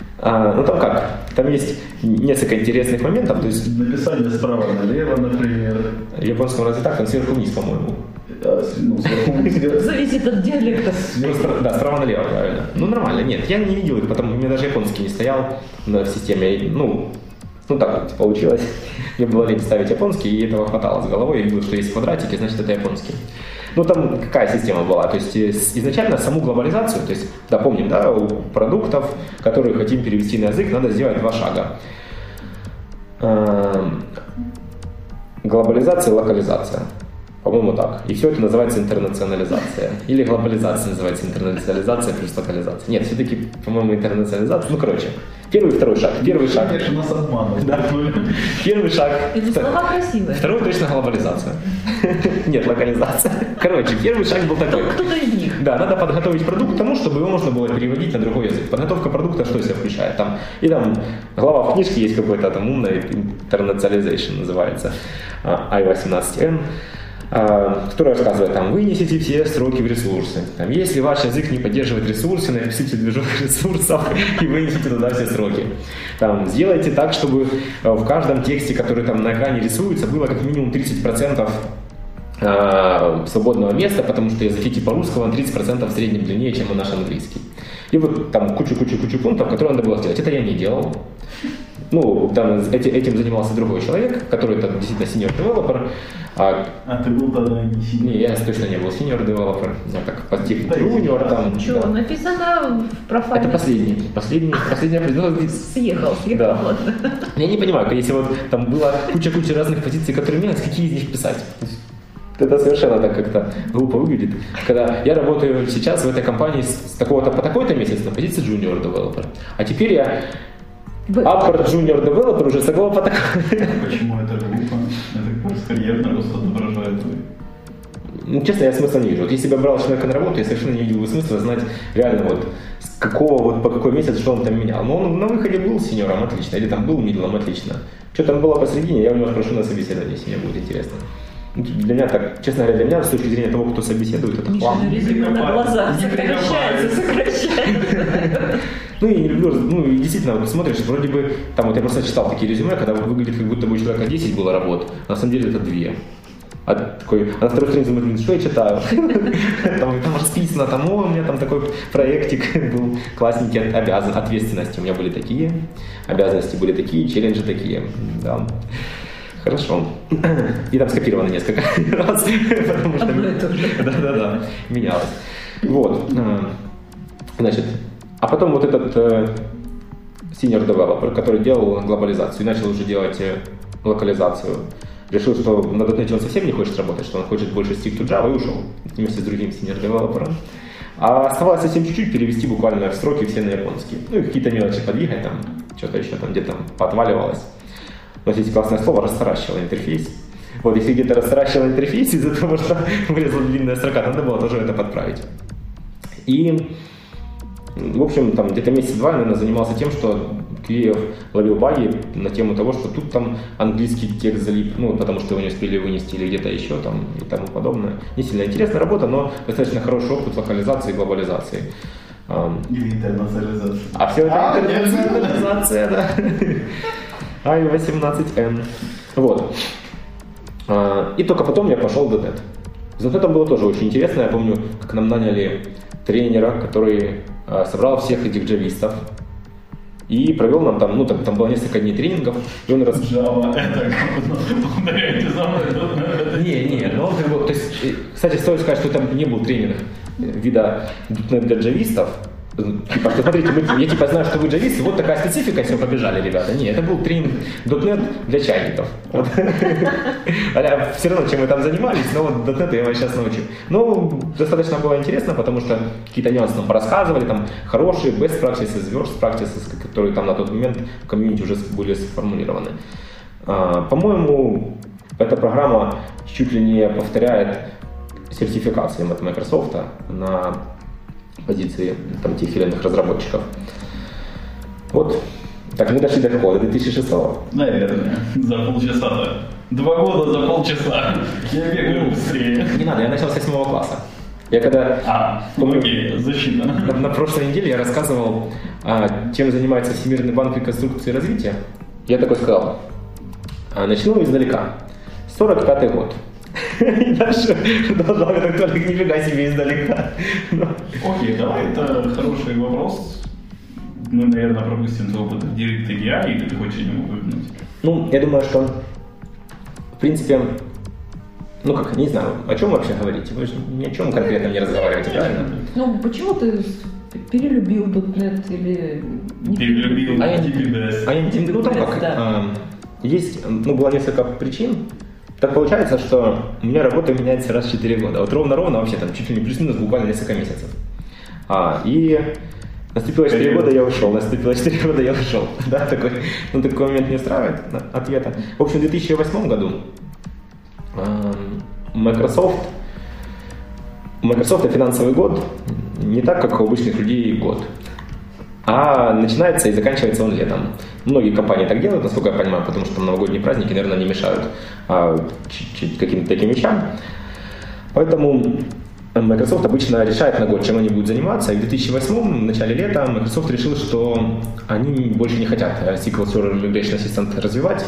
там есть несколько интересных моментов. То есть написание справа налево, например. В японском разве так? Там сверху вниз, по-моему. Зависит от диалекта. Да, справа налево, правильно. Нормально, нет, я не видел их, потому у меня даже японский не стоял в системе. Так вот получилось. Мне было лень ставить японский, и этого хватало с головой. Я видел, что есть квадратики, значит, это японский. Там какая система была? То есть изначально саму глобализацию, то есть, помним, у продуктов, которые хотим перевести на язык, надо сделать 2 шага. Глобализация и локализация. По-моему, так. И все это называется интернационализация. Или глобализация называется интернационализация плюс локализация. Нет, все-таки, по-моему, интернационализация. Первый и второй шаг. Первый шаг. Конечно, нас обманывают. Да. Первый шаг. Это слова красивые. Второй точно глобализация. Нет, локализация. Первый шаг был такой. Кто-то из них. Да, надо подготовить продукт к тому, чтобы его можно было переводить на другой язык. Подготовка продукта что себя включает? Глава в книжке есть какой-то умный internationalization называется. I-18N. который рассказывает, там, вынесите все строки в ресурсы. Там, если ваш язык не поддерживает ресурсы, напишите движок ресурсов и вынесите туда все строки. Там, сделайте так, чтобы в каждом тексте, который там на экране рисуется, было как минимум 30% свободного места, потому что языки типа русского на 30% в среднем длиннее, чем наш английский. И вот там кучу пунктов, которые надо было сделать. Это я не делал. Ну, там этим занимался другой человек, который там действительно senior developer. А ты был тогда не senior? Не, я точно не был senior developer. Я так по технике junior там. Что, да. написано в профайле? Это последний Съехал. Да. Я не понимаю, если вот там была куча разных позиций, которые менялись, какие из них писать? Это совершенно так как-то глупо выглядит. Когда я работаю сейчас в этой компании с такого-то по такой-то месяц на позиции junior developer, а теперь я upper junior developer уже с такого по такой. Почему это глупо? Это просто карьерно просто отображает твой. Ну, честно, я смысла не вижу. Вот если бы я брал человека на работу, я совершенно не видел бы смысла знать реально вот с какого вот по какой месяц, что он там менял. Но он на выходе был сеньором, отлично, или там был мидлом, отлично. Что там было посредине, я у него спрошу на собеседовании, если мне будет интересно. Для меня так, честно говоря, для меня с точки зрения того, кто собеседует, это хлам. Резюме на глазах сокращается. Ну и не люблю, ну и действительно, вот смотришь, вроде бы, там вот я просто читал такие резюме, когда выглядит, как будто бы у человека 10 было работ, а на самом деле это 2. А на второй странице мы говорим, что я читаю? Там расписано, там, у меня там такой проектик был классненький, ответственности у меня были такие, обязанности были такие, челленджи такие, да. Хорошо. И там скопировано несколько раз, потому что да, менялось. Вот. Значит, а потом вот этот senior developer, который делал глобализацию и начал уже делать локализацию, решил, что на .NET он совсем не хочет работать, что он хочет больше stick to Java и ушел вместе с другим senior developer'ом. А оставалось совсем чуть-чуть перевести буквально в строки все на японский. Ну и какие-то мелочи подвигать, там что-то еще там где-то поотваливалось. Вот здесь классное слово «растращило интерфейс». Вот если где-то растращило интерфейс из-за того, что вылезла длинная строка, надо было тоже это подправить. И, в общем, там где-то месяц-два я, наверное, занимался тем, что QA ловил баги на тему того, что тут там английский текст залип, ну, потому что его не успели вынести или где-то еще там и тому подобное. Не сильно интересная работа, но достаточно хороший опыт локализации и глобализации. Или интернационализация. А все это интернационализация, да. i18n. Вот. И только потом я пошел в .NET. За .NET было тоже очень интересно. Я помню, как нам наняли тренера, который собрал всех этих джавистов и провел нам там, ну там было несколько дней тренингов. И он Java, это ударяйте за мной. Не, но он как бы, то есть, кстати, стоит сказать, что там не был тренинг вида .NET для джавистов. Типа, что смотрите, я типа знаю, что вы джависты, вот такая специфика, все, побежали, ребята. Не, это был тренинг .NET для чайников. Вот. Все равно, чем мы там занимались, но вот .NET я вас сейчас научу. Ну, достаточно было интересно, потому что какие-то нюансы нам порассказывали, там хорошие best practices, worst practices, которые там на тот момент в комьюнити уже были сформулированы. По-моему, эта программа чуть ли не повторяет сертификации от Microsoft на позиции там, тех или иных разработчиков. Вот. Так, мы дошли до какого? До 2006-го. Наверное. За полчаса-то. 2 года за полчаса. Я бегаю быстрее. Не надо, я начал с 8 класса. Я когда... окей, защита. На прошлой неделе я рассказывал, чем занимается Всемирный банк реконструкции и развития. Я такой сказал, начну издалека. 45-й год. И дальше продолжал как только нифига себе издалека. Окей, давай, это хороший вопрос. Мы, наверное, пропустим твой опыт в DirectAPI, или ты хочешь ему выгнуть? Ну, я думаю, что, в принципе, ну как, не знаю, о чем вообще говорить? Вы же ни о чем конкретно не разговариваете, правильно? Ну, почему ты перелюбил .NET или... Перелюбил DirectAPI. Ну, там как, есть, ну, было несколько причин. Так получается, что у меня работа меняется раз в 4 года. Вот ровно вообще там чуть ли не плюс-минус буквально несколько месяцев. И наступило 4 года, я ушел. Наступило 4 года, я ушел. Да, такой момент не устраивает ответа. В общем, в 2008 году Microsoft финансовый год не так, как у обычных людей год. а начинается и заканчивается он летом. Многие компании так делают, насколько я понимаю, потому что там новогодние праздники, наверное, не мешают каким-то таким вещам. Поэтому Microsoft обычно решает на год, чем они будут заниматься. И в 2008, в начале лета, Microsoft решил, что они больше не хотят SQL Server Migration Assistant развивать,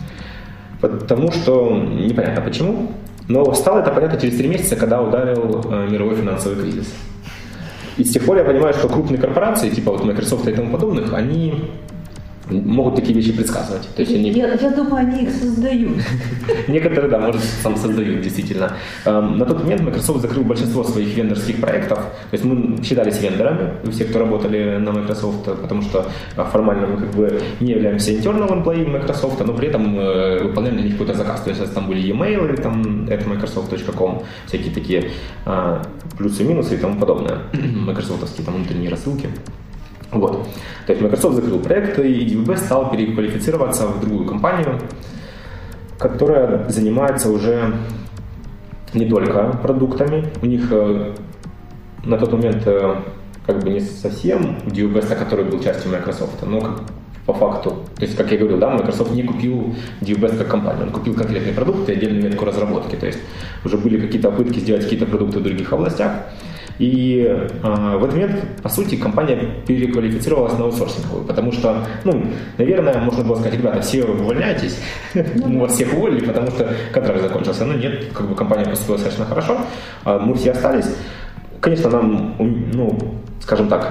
потому что непонятно почему. Но стало это понятно через 3 месяца, когда ударил мировой финансовый кризис. И с тех пор я понимаю, что крупные корпорации, типа вот Microsoft и тому подобных, они могут такие вещи предсказывать. То есть они... я думаю, они их создают. Некоторые, да, может, сам создают, действительно. На тот момент Microsoft закрыл большинство своих вендорских проектов. То есть мы считались вендорами, все, кто работали на Microsoft, потому что формально мы как бы не являемся internal employee Microsoft, но при этом выполняем для них какой-то заказ. То есть там были e-mail, там @microsoft.com, всякие такие плюсы, минусы и тому подобное. Microsoftовские там внутренние рассылки. Вот. То есть Microsoft закрыл проект, и DVB стал переквалифицироваться в другую компанию, которая занимается уже не только продуктами. У них на тот момент как бы не совсем DVB, который был частью Microsoft, но по факту, то есть, как я говорил, да, Microsoft не купил DVB как компанию, он купил конкретные продукты и отдельную ветку разработки. То есть уже были какие-то попытки сделать какие-то продукты в других областях. И в этот момент, по сути, компания переквалифицировалась на аутсорсинговую, потому что, наверное, можно было сказать: ребята, все увольняйтесь, мы вас всех уволили, потому что контракт закончился. Но нет, как бы компания поступила достаточно хорошо, мы все остались. Конечно, нам, скажем так,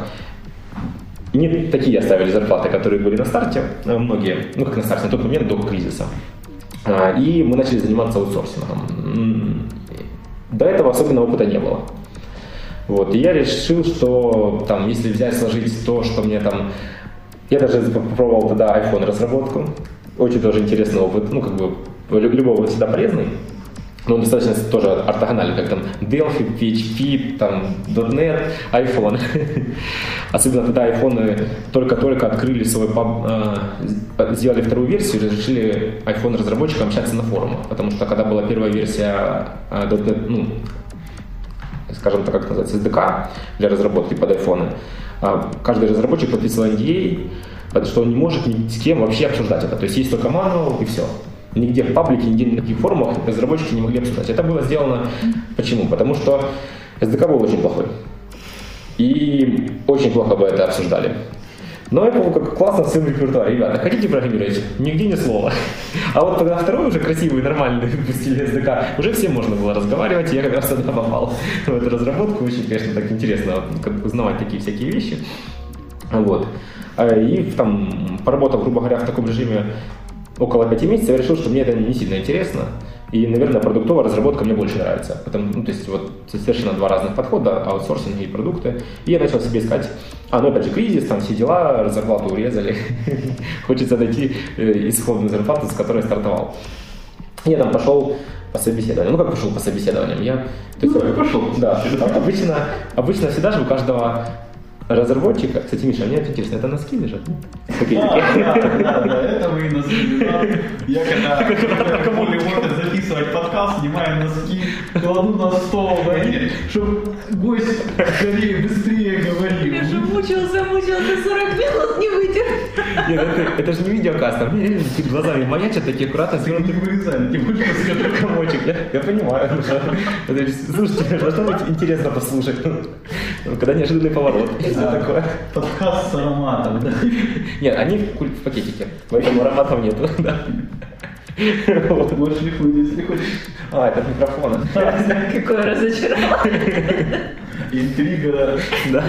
не такие оставили зарплаты, которые были на старте, многие, как на старте, на тот момент до кризиса. И мы начали заниматься аутсорсингом. До этого особенного опыта не было. Вот, и я решил, что там, если взять, сложить то, что мне там... Я даже попробовал тогда iPhone разработку. Очень тоже интересный опыт. Любого всегда полезный. Но он достаточно тоже ортогональный, как там Delphi, PHP, там .NET, iPhone. Особенно тогда iPhone только-только открыли свой сделали вторую версию и разрешили iPhone разработчикам общаться на форумах. Потому что когда была первая версия .NET, скажем так, как называется, SDK для разработки под iPhone, каждый разработчик подписывал NDA, что он не может ни с кем вообще обсуждать это. То есть есть только manual и все. Нигде в паблике, нигде на каких форумах разработчики не могли обсуждать. Это было сделано почему? Потому что SDK был очень плохой. И очень плохо бы это обсуждали. Но Apple как классно в своем репертуаре: ребята, хотите программировать? Нигде ни слова. А вот когда второй уже красивый, нормальный выпустили SDK, уже всем можно было разговаривать, я как раз тогда попал в эту разработку. Очень, конечно, так интересно узнавать такие всякие вещи. Вот. И там, поработав, грубо говоря, в таком режиме около 5 месяцев, я решил, что мне это не сильно интересно. И, наверное, продуктовая разработка мне больше нравится. То есть вот совершенно два разных подхода: аутсорсинг и продукты. И я начал себе искать. Опять же, кризис, там все дела, зарплату урезали. Хочется найти исходную зарплату, с которой стартовал. Я там пошел по собеседованиям. Как пошел по собеседованиям? Я пошел. Да. Обычно всегда же у каждого разработчика... Кстати, Миша, мне интересно, это носки лежат? Да, это вы носки лежат. Я когда можно записывать подкаст, снимаю носки, кладу на стол, чтобы гость скорее, быстрее говорил. Я же мучился 40 минут, не вытерпел. Нет, это же не видеокаст, там перед глазами маячат такие аккуратно Не вырезали, не будешь рассказать. комочек. Я понимаю. Слушайте, должно быть интересно послушать. Когда неожиданный поворот. Такое. Подкаст с ароматом, да? Нет, они в пакетике, поэтому ароматов нету. Да. Можешь лихнуть, если хочешь. Это от микрофона. Какое разочарование. Интрига. Да.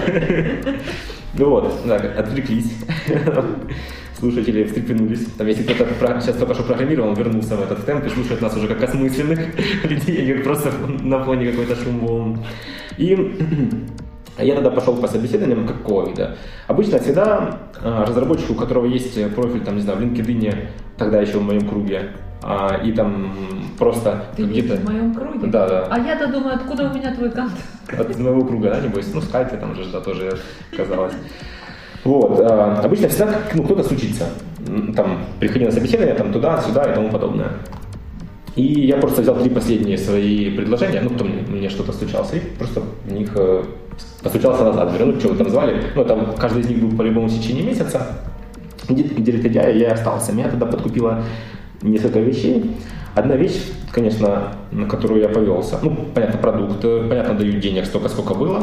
Отвлеклись. Слушатели встрепенулись. Там, если кто-то сейчас только что программировал, он вернулся в этот темп и слушает нас уже как осмысленных людей, как просто на фоне какой-то шум волн. И я тогда пошел по собеседованиям какого вида. Обычно всегда разработчик, у которого есть профиль, там, не знаю, в LinkedIn, тогда еще в моем круге, и там просто ты где-то... в моем круге? Да. А я-то думаю, откуда у меня твой контакт? От моего круга, да, небось? В скайпе там же, да, тоже казалось. Вот. Обычно всегда кто-то стучится. Там, приходи на собеседование, там, туда, сюда и тому подобное. И я просто взял 3 последние свои предложения, потом мне что-то стучался, и просто в них постучался назад. Говорю, что вы там звали? Там каждый из них был по-любому в течение месяца. Директ-идея, я остался. Меня тогда подкупило несколько вещей. Одна вещь, конечно, на которую я повелся. Понятно, продукт, понятно, дают денег столько, сколько было.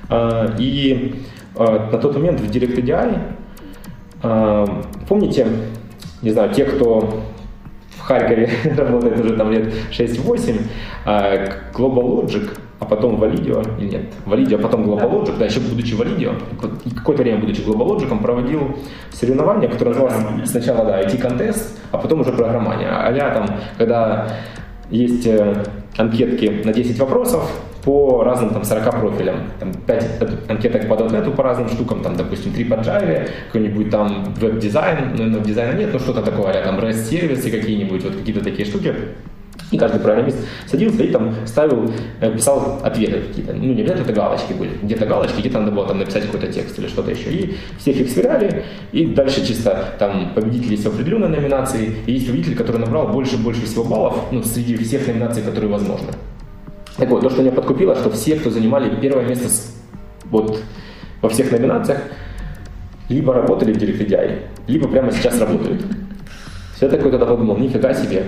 И на тот момент в Direct.ADI, помните, не знаю, те, кто в Харькове работает уже там лет 6-8, Global Logic, а потом Validio, нет, Validio, а потом Global Logic, да, еще будучи Validio, какое-то время будучи Global Logic, проводил соревнования, которые называлось сначала, IT-контест, а потом уже программание. А-ля там, когда есть анкетки на 10 вопросов по разным 40 профилям. 5 анкеток по .NET по разным штукам, допустим, 3 по Java, какой-нибудь веб-дизайн, дизайна нет, что-то такое, а REST-сервисы какие-нибудь, какие-то такие штуки. И каждый программист садился и ставил, писал ответы какие-то. Не обязательно это галочки были. Где-то галочки, где-то надо было написать какой-то текст или что-то еще. И всех их сверяли. И дальше чисто победители есть в определенной номинации. И есть победитель, который набрал больше всего баллов среди всех номинаций, которые возможны. Так вот, то, что меня подкупило, что все, кто занимали первое место во всех номинациях, либо работали в Direct.ADI, либо прямо сейчас работают. Я такой тогда подумал, нифига себе.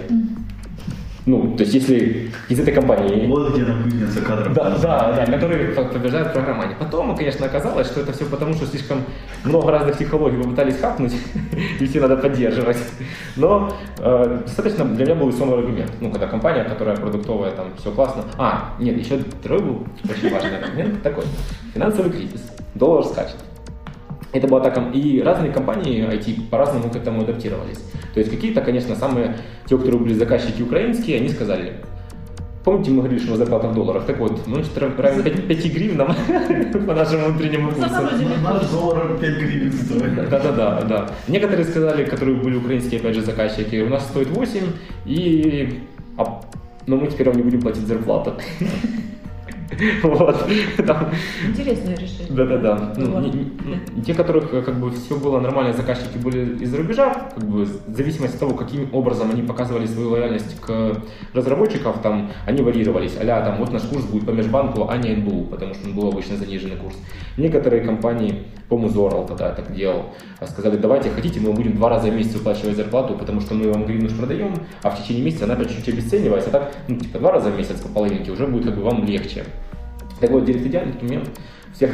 То есть, если из этой компании... Вот где напыльница кадров. Да, которые побеждают в программании. Потом, конечно, оказалось, что это все потому, что слишком много разных технологий попытались хакнуть, и все надо поддерживать. Но достаточно для меня был весомый аргумент. Когда компания, которая продуктовая, все классно. Нет, еще второй был очень важный аргумент такой. Финансовый кризис. Доллар скачет. Это была так, и разные компании IT по-разному к этому адаптировались. То есть какие-то, конечно, те, которые были заказчики украинские, они сказали, помните, мы говорили, что зарплата в долларах? Так вот, мы равен 5 гривнам по нашему внутреннему курсу. Наш доллар 5 гривен стоит. Да. Некоторые сказали, которые были украинские, опять же, заказчики, у нас стоит 8, но мы теперь вам не будем платить зарплату. Интересное решение. Да. Те, которых все было нормально, заказчики были из-за рубежа, в зависимости от того, каким образом они показывали свою лояльность к разработчикам, они варьировались. А-ля наш курс будет по межбанку, а не НБУ, потому что он был обычно заниженный курс. Некоторые компании, по-моему, Зорал тогда так делал, сказали, давайте, хотите, мы будем 2 раза в месяц выплачивать зарплату, потому что мы вам гривну продаем, а в течение месяца она опять чуть-чуть обесценивается, а так, 2 раза в месяц по половинке уже будет вам легче. Так вот, Direct.ADI на тот момент всех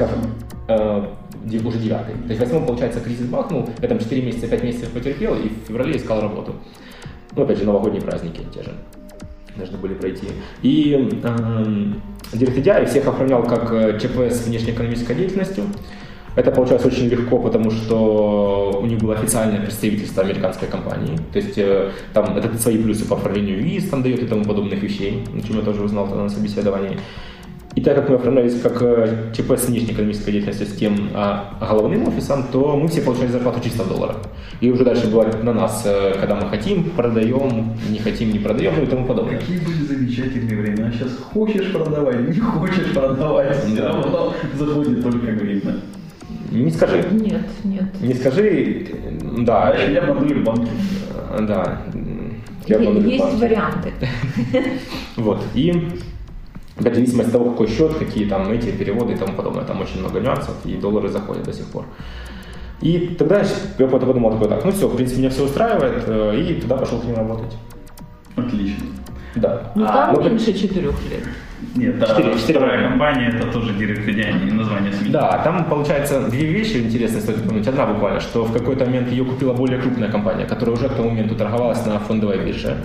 уже 9-й. То есть 8-м, получается, кризис бахнул, я 4 месяца, 5 месяцев потерпел и в феврале искал работу. Опять же, новогодние праздники те же должны были пройти. И Direct.ADI всех оформлял как ЧП с внешнеэкономической деятельностью. Это получалось очень легко, потому что у них было официальное представительство американской компании. То есть это свои плюсы по оформлению виз дает и тому подобных вещей, о чем я тоже узнал тогда на собеседовании. И так как мы оформлялись как ЧП с внешнеэкономической деятельностью с тем головным офисом, то мы все получали зарплату чисто в долларах. И уже дальше было на нас, когда мы хотим, продаем, не хотим, не продаем, и тому подобное. Какие были замечательные времена. Сейчас хочешь продавай, не хочешь продавай, все равно заходит только гривна. Не скажи. Нет. Не скажи, да. Я обманули в банке. Да. Есть варианты. Вот. И опять в зависимости от того, какой счет, какие эти переводы и тому подобное. Там очень много нюансов, и доллары заходят до сих пор. И тогда я подумал, все, в принципе, меня все устраивает, и тогда пошел к ним работать. Отлично. Да. Там меньше 4 лет. Нет, вторая компания, это тоже Direct.ADI, название СМИ. Да, там, получается, 2 вещи интересные стоит упомянуть. Одна буквально, что в какой-то момент ее купила более крупная компания, которая уже к тому моменту торговалась на фондовой бирже.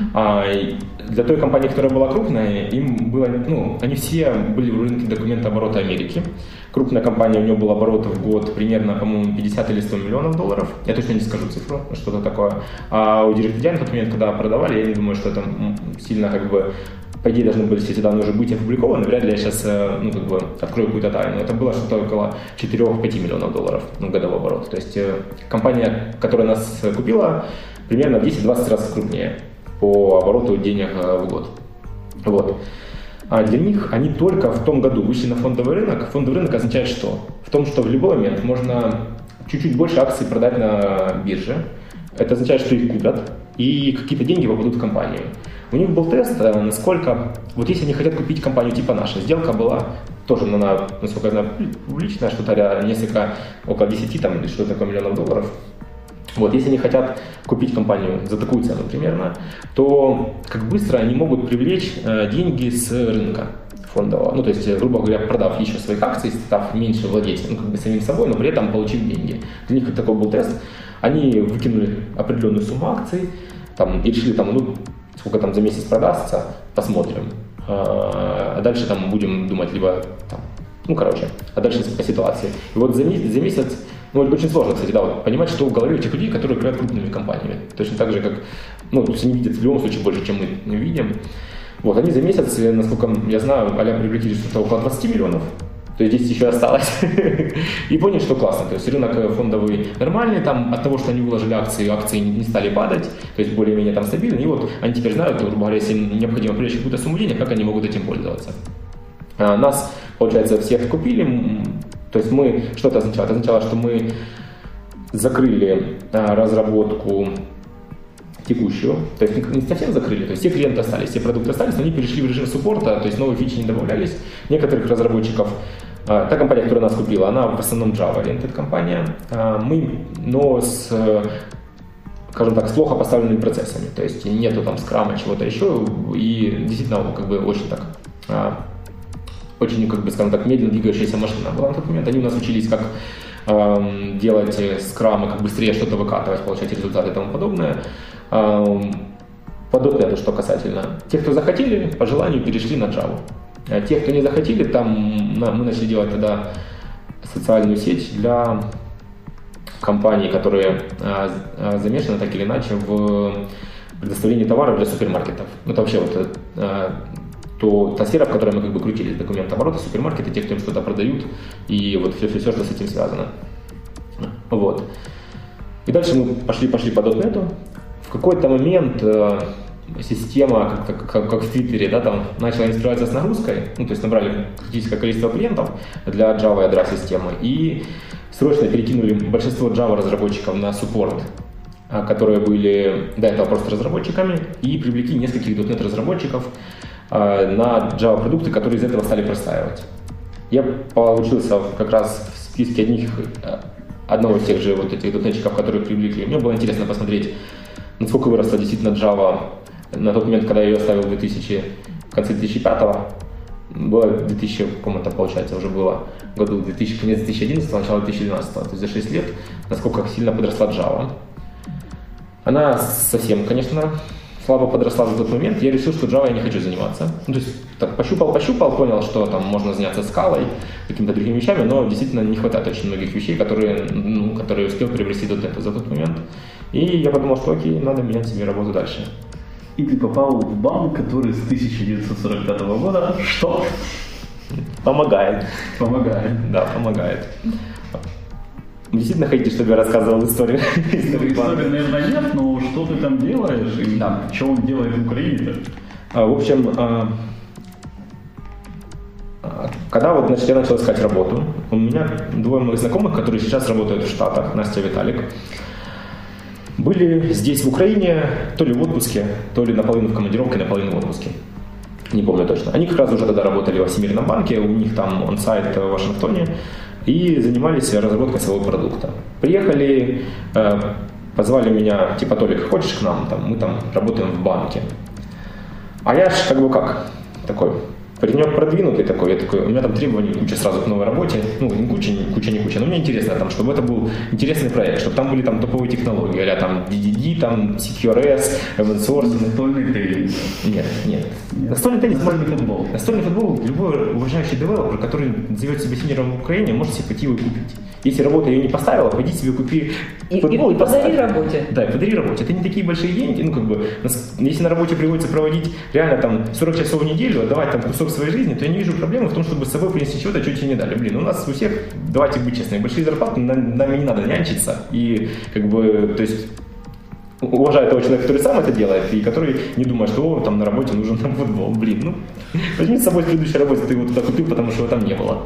Для той компании, которая была крупная, им было, они все были в рынке документооборота Америки. Крупная компания, у нее был оборот в год примерно, по-моему, 50 или 100 миллионов долларов. Я точно не скажу цифру, что-то такое. А у Direct.ADI на тот момент, когда продавали, я не думаю, что это сильно по идее, должны были все эти данные уже быть опубликованы. Вряд ли я сейчас открою какую-то тайну. Это было что-то около 4-5 миллионов долларов годовой оборот. То есть компания, которая нас купила, примерно в 10-20 раз крупнее по обороту денег в год. Вот. А для них они только в том году вышли на фондовый рынок. Фондовый рынок означает что? В том, что в любой момент можно чуть-чуть больше акций продать на бирже. Это означает, что их купят, и какие-то деньги попадут в компанию. У них был тест, насколько, вот если они хотят купить компанию типа наша, сделка была тоже, насколько я знаю, публичная, что-то около 10 там, или что-то такое миллионов долларов. Вот, если они хотят купить компанию за такую цену примерно, то как быстро они могут привлечь деньги с рынка фондового. Ну, то есть, грубо говоря, продав еще своих акций, став меньше владельцем, самим собой, но при этом получив деньги. Для них такой был тест. Они выкинули определенную сумму акций и решили, сколько там за месяц продастся, посмотрим. А дальше будем думать, а дальше по ситуации. И вот за месяц, очень сложно, кстати, понимать, что в голове у тех людей, которые управляют крупными компаниями. Точно так же, как, то есть они видят в любом случае больше, чем мы видим. Вот, они за месяц, насколько я знаю, привлекли что-то около 20 миллионов. То есть 10 еще осталось. И поняли, что классно. То есть рынок фондовый нормальный, от того, что они выложили акции не стали падать, то есть более-менее стабильны. И вот они теперь знают, грубо говоря, если им необходимо привлечь какую-то сумму денег, как они могут этим пользоваться. Нас, получается, всех купили. То есть что это означало? Это означало, что мы закрыли разработку текущую, то есть не совсем закрыли, то есть все клиенты остались, все продукты остались, но они перешли в режим суппорта, то есть новые фичи не добавлялись. Некоторых разработчиков, та компания, которая нас купила, она в основном Java-oriented компания, но с, скажем так, с плохо поставленными процессами, то есть нету скрама, чего-то еще, и действительно очень, скажем так, медленно двигающаяся машина была на тот момент. Они у нас учились, как делать скрамы, как быстрее что-то выкатывать, получать результаты и тому подобное. По .NET, что касательно. Те, кто захотели, по желанию перешли на Java. А те, кто не захотели, мы начали делать тогда социальную сеть для компаний, которые замешаны так или иначе в предоставлении товаров для супермаркетов. Это вообще та сфера, в которой мы крутились, документообороты, супермаркеты, те, кто им что-то продают, и все, что с этим связано. Вот. И дальше мы пошли по .NET. В какой-то момент система, как в Твиттере, начала инспирироваться с нагрузкой, то есть набрали критическое количество клиентов для Java ядра системы и срочно перекинули большинство Java разработчиков на суппорт, которые были до этого просто разработчиками, и привлекли нескольких .NET разработчиков на Java продукты, которые из этого стали простаивать. Я получился как раз в списке одного из тех же этих .NET-чиков, которые привлекли. Мне было интересно посмотреть, насколько выросла действительно Java на тот момент, когда я ее оставил в конце 2005-го. Было 2000, по-моему, получается, уже было году конец 2011, начало 2012, то есть за 6 лет, насколько сильно подросла Java. Она совсем, конечно, слабо подросла в тот момент. Я решил, что Java я не хочу заниматься. То есть пощупал, понял, что можно заняться скалой, какими-то другими вещами, но действительно не хватает очень многих вещей, которые успел приобрести .NET за тот момент. И я подумал, что окей, надо менять себе работу дальше. И ты попал в банк, который с 1945 года что? Помогает. Да, помогает. Вы действительно хотите, чтобы я рассказывал историю? Истории, наверное, нет, но что ты там делаешь и что он делает в Украине-то? В общем, когда я начал искать работу, у меня двое моих знакомых, которые сейчас работают в Штатах, Настя и Виталик, были здесь, в Украине, то ли в отпуске, то ли наполовину в командировке, наполовину в отпуске. Не помню точно. Они как раз уже тогда работали во Всемирном банке, у них там он-сайт в Вашингтоне, и занимались разработкой своего продукта. Приехали, позвали меня, Толик, хочешь к нам? Мы там работаем в банке. А я ж такой паренек продвинутый такой, у меня там требований куча сразу к новой работе, не куча, но мне интересно, чтобы это был интересный проект, чтобы там были топовые технологии, а-ля DDD, CQRS, event source. Настольный теннис. Нет. Настольный теннис, футбол. Настольный футбол любой уважающий девелопер, который назовет себя синером в Украине, может себе пойти его купить. Если работа ее не поставила, пойди себе купи футбол и поставь. Подари работе. Да, подари работе. Это не такие большие деньги, если на работе приходится проводить реально 40 часов в неделю, отдавать кусок своей жизни, то я не вижу проблемы в том, чтобы с собой принести чего-то, что тебе не дали. У нас у всех, давайте быть честными, большие зарплаты, нам не надо нянчиться. И то есть уважаю того человека, который сам это делает, и который не думает, что там на работе нужен там футбол. Блин, ну, возьми с собой в предыдущей работе, ты его туда купил, потому что его там не было.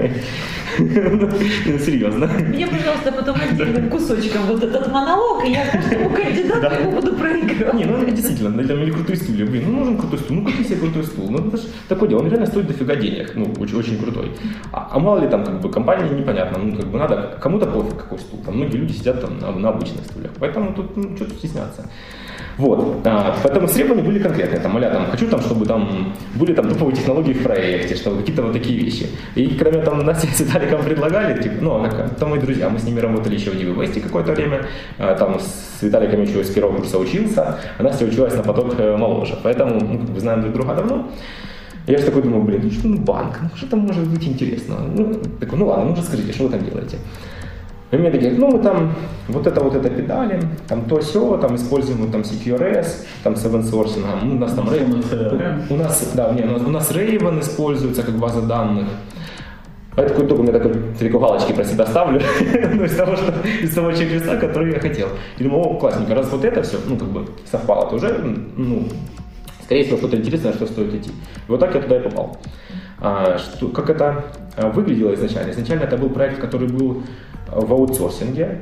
Серьезно. Мне, пожалуйста, потом отдельным кусочком вот этот монолог, и я каждому кандидату его буду проигрывать. Не, ну действительно, или крутой стулья. Блин, ну нужен крутой стул, ну купи себе крутой стул. Ну это же такое дело, он реально стоит дофига денег, ну очень, очень крутой. А мало ли там как бы компания непонятно, ну как бы надо, кому-то пофиг какой стул. Там многие люди сидят там на обычных стульях, поэтому тут что тут стесняться. Вот, поэтому требования были конкретные, там, там, хочу, там, чтобы там были там топовые технологии в проекте, чтобы какие-то вот такие вещи. И когда мне там Настя с Виталиком предлагали, типа, ну, это мои друзья, мы с ними работали еще в DVVest какое-то время, там с Виталиком еще с первого курса учился, а Настя училась на поток моложе, поэтому мы как бы знаем друг друга давно. Я же такой думаю, блин, ну банк, ну что там может быть интересно? Ну, такой, ну ладно, ну расскажите, что вы там делаете? И мне такие, ну мы там вот это педали, там то все, там используем там CQRS, там с event-sourcing, у нас там у нас Raven используется как база данных. А я такой, только мне такой 3 галочки про себя ставлю, из того чек-листа, который я хотел. И думаю, о, классненько, раз вот это все, ну как бы совпало, то уже, ну, скорее всего, что-то интересное, что стоит идти. И вот так я туда и попал. Как это выглядело изначально? Изначально это был проект, который был в аутсорсинге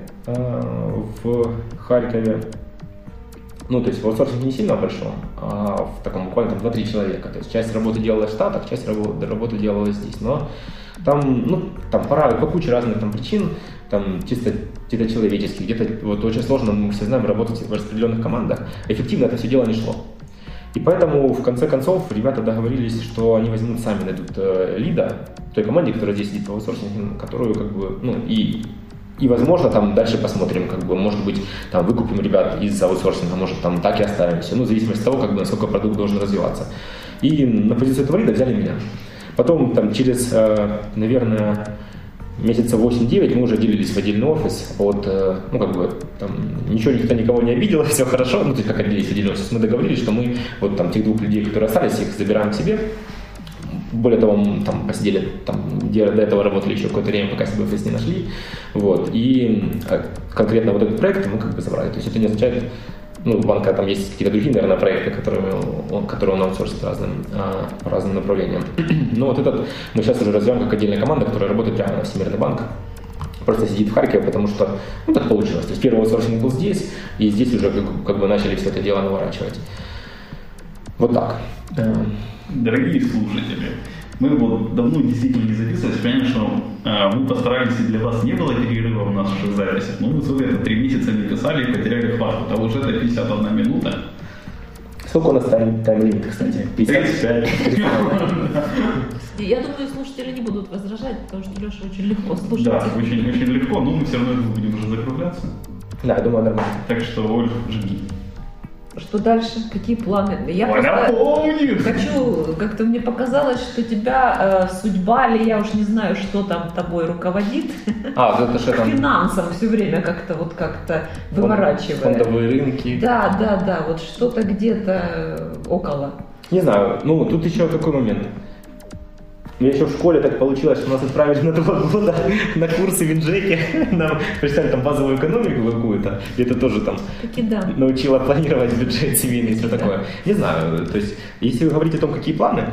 в Харькове. Ну, то есть в аутсорсинге не сильно большом, а в таком буквально там 2-3 человека. То есть часть работы делалась в Штатах, часть работы делалась здесь. Но там, ну, там по куче разных там причин, там чисто где-то человеческих, где-то вот очень сложно, мы все знаем, работать в распределенных командах. Эффективно это все дело не шло. И поэтому, в конце концов, ребята договорились, что они возьмут сами, найдут лида той команде, которая здесь сидит в аутсорсинге, которую как бы, ну, и возможно, там дальше посмотрим, как бы, может быть, там выкупим ребят из аутсорсинга, может, там так и оставим все, ну, в зависимости от того, как бы, насколько продукт должен развиваться. И на позицию этого лида взяли меня. Потом, там, через, наверное, месяца 8-9 мы уже делились в отдельный офис, ну, как бы, там, ничего, никто никого не обидел, все хорошо, ну, то есть, как отделились в отдельный офис, мы договорились, что мы, вот, там, тех 2 людей, которые остались, их забираем к себе. Более того, мы там посидели, там, где до этого работали еще какое-то время, пока себе офис не нашли, вот, и конкретно вот этот проект мы, как бы, забрали, то есть, это не означает, ну, у банка там есть какие-то другие, наверное, проекты, которые он аутсорсит по разным направлениям. Но вот этот мы сейчас уже развиваем как отдельная команда, которая работает прямо на Всемирный банк. Просто сидит в Харькове, потому что, ну, так получилось. То есть первый аутсорсинг был здесь, и здесь уже как бы начали все это дело наворачивать. Вот так. Дорогие слушатели, мы вот давно действительно не записывались. Понятно, что мы постарались, и для вас не было перерыва в наших записях, но мы за это 3 месяца не писали и потеряли хватку. А уже это 51 минута. Сколько у нас тайм-лимит, кстати? 55. Я думаю, слушатели не будут возражать, потому что Леша очень легко слушает. Да, очень легко, но мы все равно будем уже закругляться. Да, я думаю, нормально. Так что, Оль, жги. Что дальше? Какие планы? Я хочу, как-то мне показалось, что тебя судьба, или я уж не знаю, что там тобой руководит, это что там? Финансом все время как-то выворачивает. Фондовые рынки. Да, вот что-то где-то около. Не знаю, ну тут еще какой момент. У меня еще в школе так получилось, что нас отправили на 2 года на курсы в Инжеке, нам прочитали там базовую экономику какую-то, и это тоже там научило планировать бюджет семейный и все такое. Не знаю, то есть, если вы говорите о том, какие планы,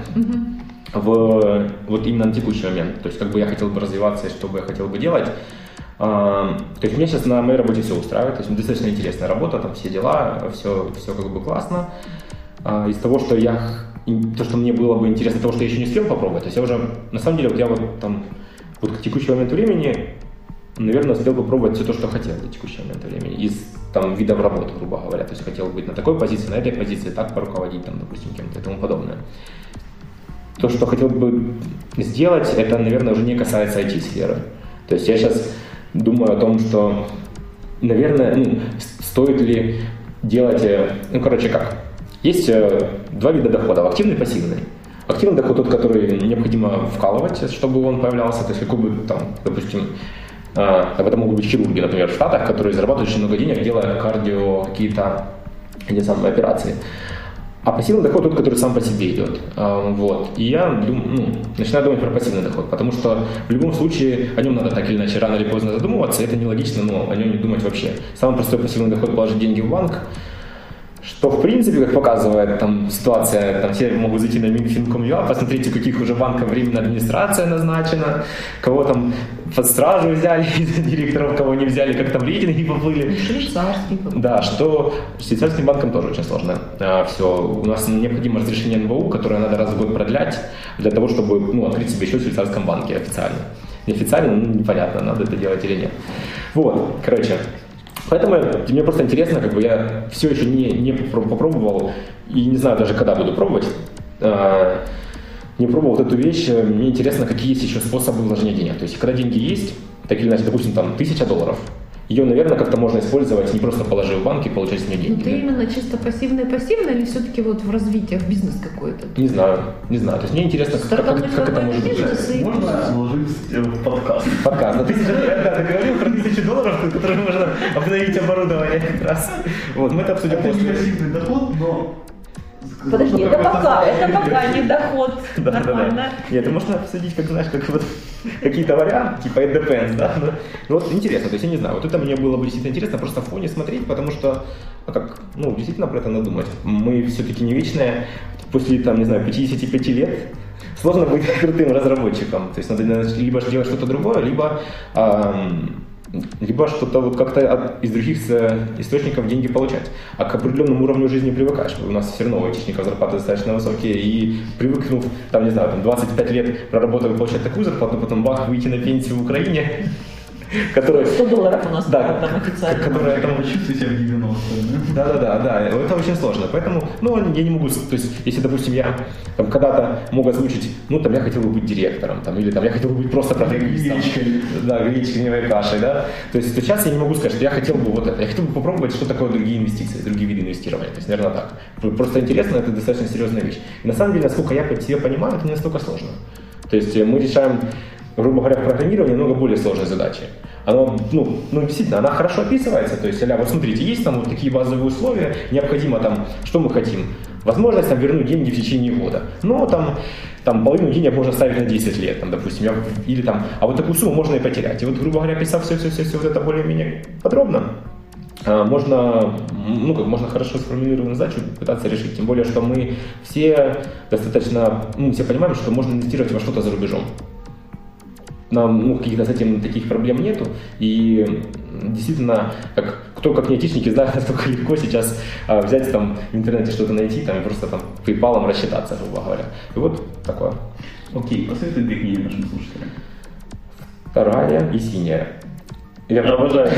вот именно на текущий момент, то есть, как бы я хотел бы развиваться и что бы я хотел бы делать, то есть, мне сейчас на моей работе все устраивает, то есть, достаточно интересная работа, там все дела, все как бы классно. Из того, что то, что мне было бы интересно, того, что я еще не успел попробовать, то есть я уже, на самом деле, вот я вот там, вот к текущему моменту времени, наверное, успел попробовать все то, что хотел до текущего момента времени, из там видов работы, грубо говоря, то есть хотел быть на такой позиции, на этой позиции, так поруководить, там, допустим, кем-то и тому подобное. То, что хотел бы сделать, это, наверное, уже не касается IT-сферы. То есть я сейчас думаю о том, что, наверное, стоит ли делать, как? Есть 2 вида доходов, активный и пассивный. Активный доход тот, который необходимо вкалывать, чтобы он появлялся, то есть какой бы там, допустим, это могут быть хирурги, например, в Штатах, которые зарабатывают очень много денег, делая кардио какие-то операции. А пассивный доход тот, который сам по себе идет. Вот. И я начинаю думать про пассивный доход, потому что в любом случае о нем надо так или иначе рано или поздно задумываться, это нелогично, но о нем не думать вообще. Самый простой пассивный доход – положить деньги в банк, что, в принципе, как показывает там, ситуация, там все могут зайти на Minfin.com.ua, посмотреть, у каких уже банков временная администрация назначена, кого там под стражу взяли из директоров, кого не взяли, как там рейтинги поплыли. Швейцарский. Да, что швейцарским банкам тоже очень сложно. Все, у нас необходимо разрешение НБУ, которое надо раз в год продлять, для того, чтобы открыть себе счет в швейцарском банке официально. Неофициально, непонятно, надо это делать или нет. Вот, короче. Поэтому мне просто интересно, как бы я все еще не попробовал и не знаю даже, когда буду пробовать. Не пробовал вот эту вещь. Мне интересно, какие есть еще способы вложения денег. То есть, когда деньги есть, так или иначе, допустим, там $1000, ее, наверное, как-то можно использовать, не просто положив в банк и получать с нее деньги. Ты именно чисто пассивно или все-таки вот в развитии, в бизнес какой-то? Не знаю. То есть мне интересно, как это может быть. Можно сложить в подкаст. Подкаст. На $1000, да, ты говорил про $1000, которые можно обновить оборудование как раз. Вот, мы это обсудим после. Это не пассивный доход, но... Подожди, это пока не доход. Нормально. Нет, это можно обсудить, как знаешь, как вот какие-то варианты, типа it depends, да? Ну вот интересно, то есть я не знаю, вот это мне было бы действительно интересно просто в фоне смотреть, потому что, действительно про это надумать. Мы все-таки не вечные, после, 55 лет сложно быть крутым разработчиком, то есть надо либо делать что-то другое, либо что-то вот как-то из других источников деньги получать. А к определенному уровню жизни привыкаешь. У нас все равно у айтишников зарплаты достаточно высокие, и привыкнув, 25 лет проработав и получать такую зарплату, потом бах, выйти на пенсию в Украине, которая... $100 у нас там официально. Которая там... Чувствую себя в 90-е. Да, это очень сложно. Поэтому, я не могу, то есть, если, допустим, я когда-то мог озвучить, я хотел бы быть директором, или я хотел бы быть просто программистом. Гречкой кашей, да. То есть, сейчас я не могу сказать, что я хотел бы вот это. Я хотел бы попробовать, что такое другие инвестиции, другие виды инвестирования. То есть, наверное, так. Просто интересно, это достаточно серьезная вещь. И на самом деле, насколько я по себе понимаю, это не настолько сложно. То есть, мы решаем, грубо говоря, в программировании много более сложные задачи. Оно, действительно, она хорошо описывается. То есть, вот смотрите, есть там вот такие базовые условия, необходимо там, что мы хотим? Возможность там вернуть деньги в течение года. Но там половину денег можно ставить на 10 лет, допустим, или а вот такую сумму можно и потерять. И вот, грубо говоря, описав все вот это более-менее подробно, можно хорошо сформулированную задачу пытаться решить. Тем более, что мы все достаточно, все понимаем, что можно инвестировать во что-то за рубежом. Нам каких-то с этим таких проблем нету, и действительно, кто как не айтишники знает, насколько легко сейчас взять в интернете что-то найти, и просто PayPal рассчитаться, грубо говоря. И вот такое. Окей, посоветуй 2 книги нашим слушателям. «Вторая» и «Синяя». Я обожаю.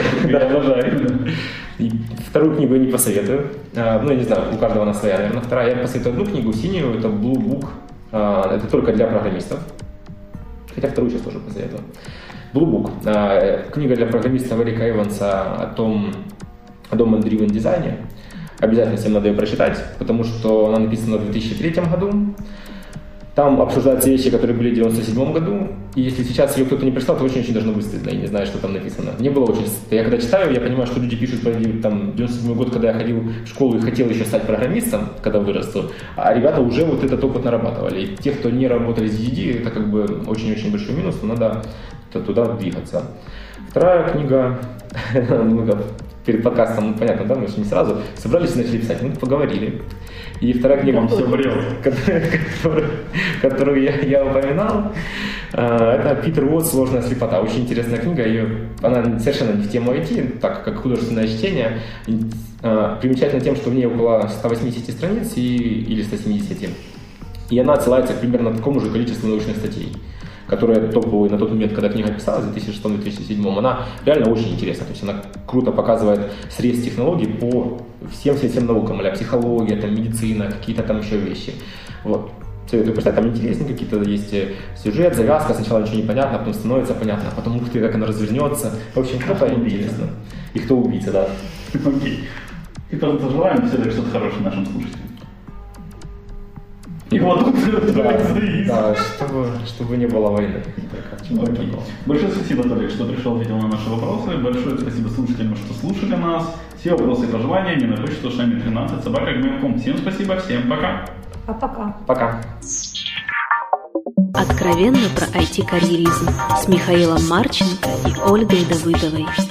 И вторую книгу я не посоветую. Я не знаю, у каждого она своя, наверное. Вторая, я посоветую одну книгу, «Синюю», это Blue Book, это только для программистов. Хотя вторую сейчас тоже посоветую. Blue Book. Книга для программиста Эрика Эванса о domain-driven дизайне. Обязательно всем надо ее прочитать, потому что она написана в 2003 году. Там обсуждаются вещи, которые были в 1997 году. И если сейчас ее кто-то не прочитал, то очень-очень должно быть стыдно и не знаю, что там написано. Мне было очень стыдно. Я когда читаю, я понимаю, что люди пишут про 97 год, когда я ходил в школу и хотел еще стать программистом, когда вырасту, а ребята уже вот этот опыт нарабатывали. И те, кто не работали с DDD, это очень-очень большой минус, но надо туда двигаться. Вторая книга, перед подкастом, понятно, да, мы же не сразу собрались и начали писать, мы поговорили. И вторая книга, которую я упоминал, это Питер Уотс «Сложная слепота». Очень интересная книга, она совершенно не в тему IT, так как художественное чтение. Примечательно тем, что в ней около 180 страниц или 170. И она отсылается к примерно такому же количеству научных статей, которая топовая на тот момент, когда книга писалась, в 2006-2007, она реально очень интересна. То есть она круто показывает срез технологий по всем наукам, психология, медицина, какие-то там еще вещи. Вот. Советую почитать, там интересные какие-то есть сюжет, завязка, сначала ничего не понятно, потом становится понятно, а потом ух ты, как она развернется. В общем, круто и интересно. И кто убийца, да. Окей. И пожелаем все-таки что-то хорошее нашим слушателям. И вот он да, чтобы не было войны. Большое спасибо, Толик, что пришел, ответил на наши вопросы. Большое спасибо слушателям, что слушали нас. Все вопросы и пожелания мне на почту shami13@gmail.com. Всем спасибо, всем пока. Пока. Пока. Откровенно про IT-карьеризм с Михаилом Марченко и Ольгой Давыдовой.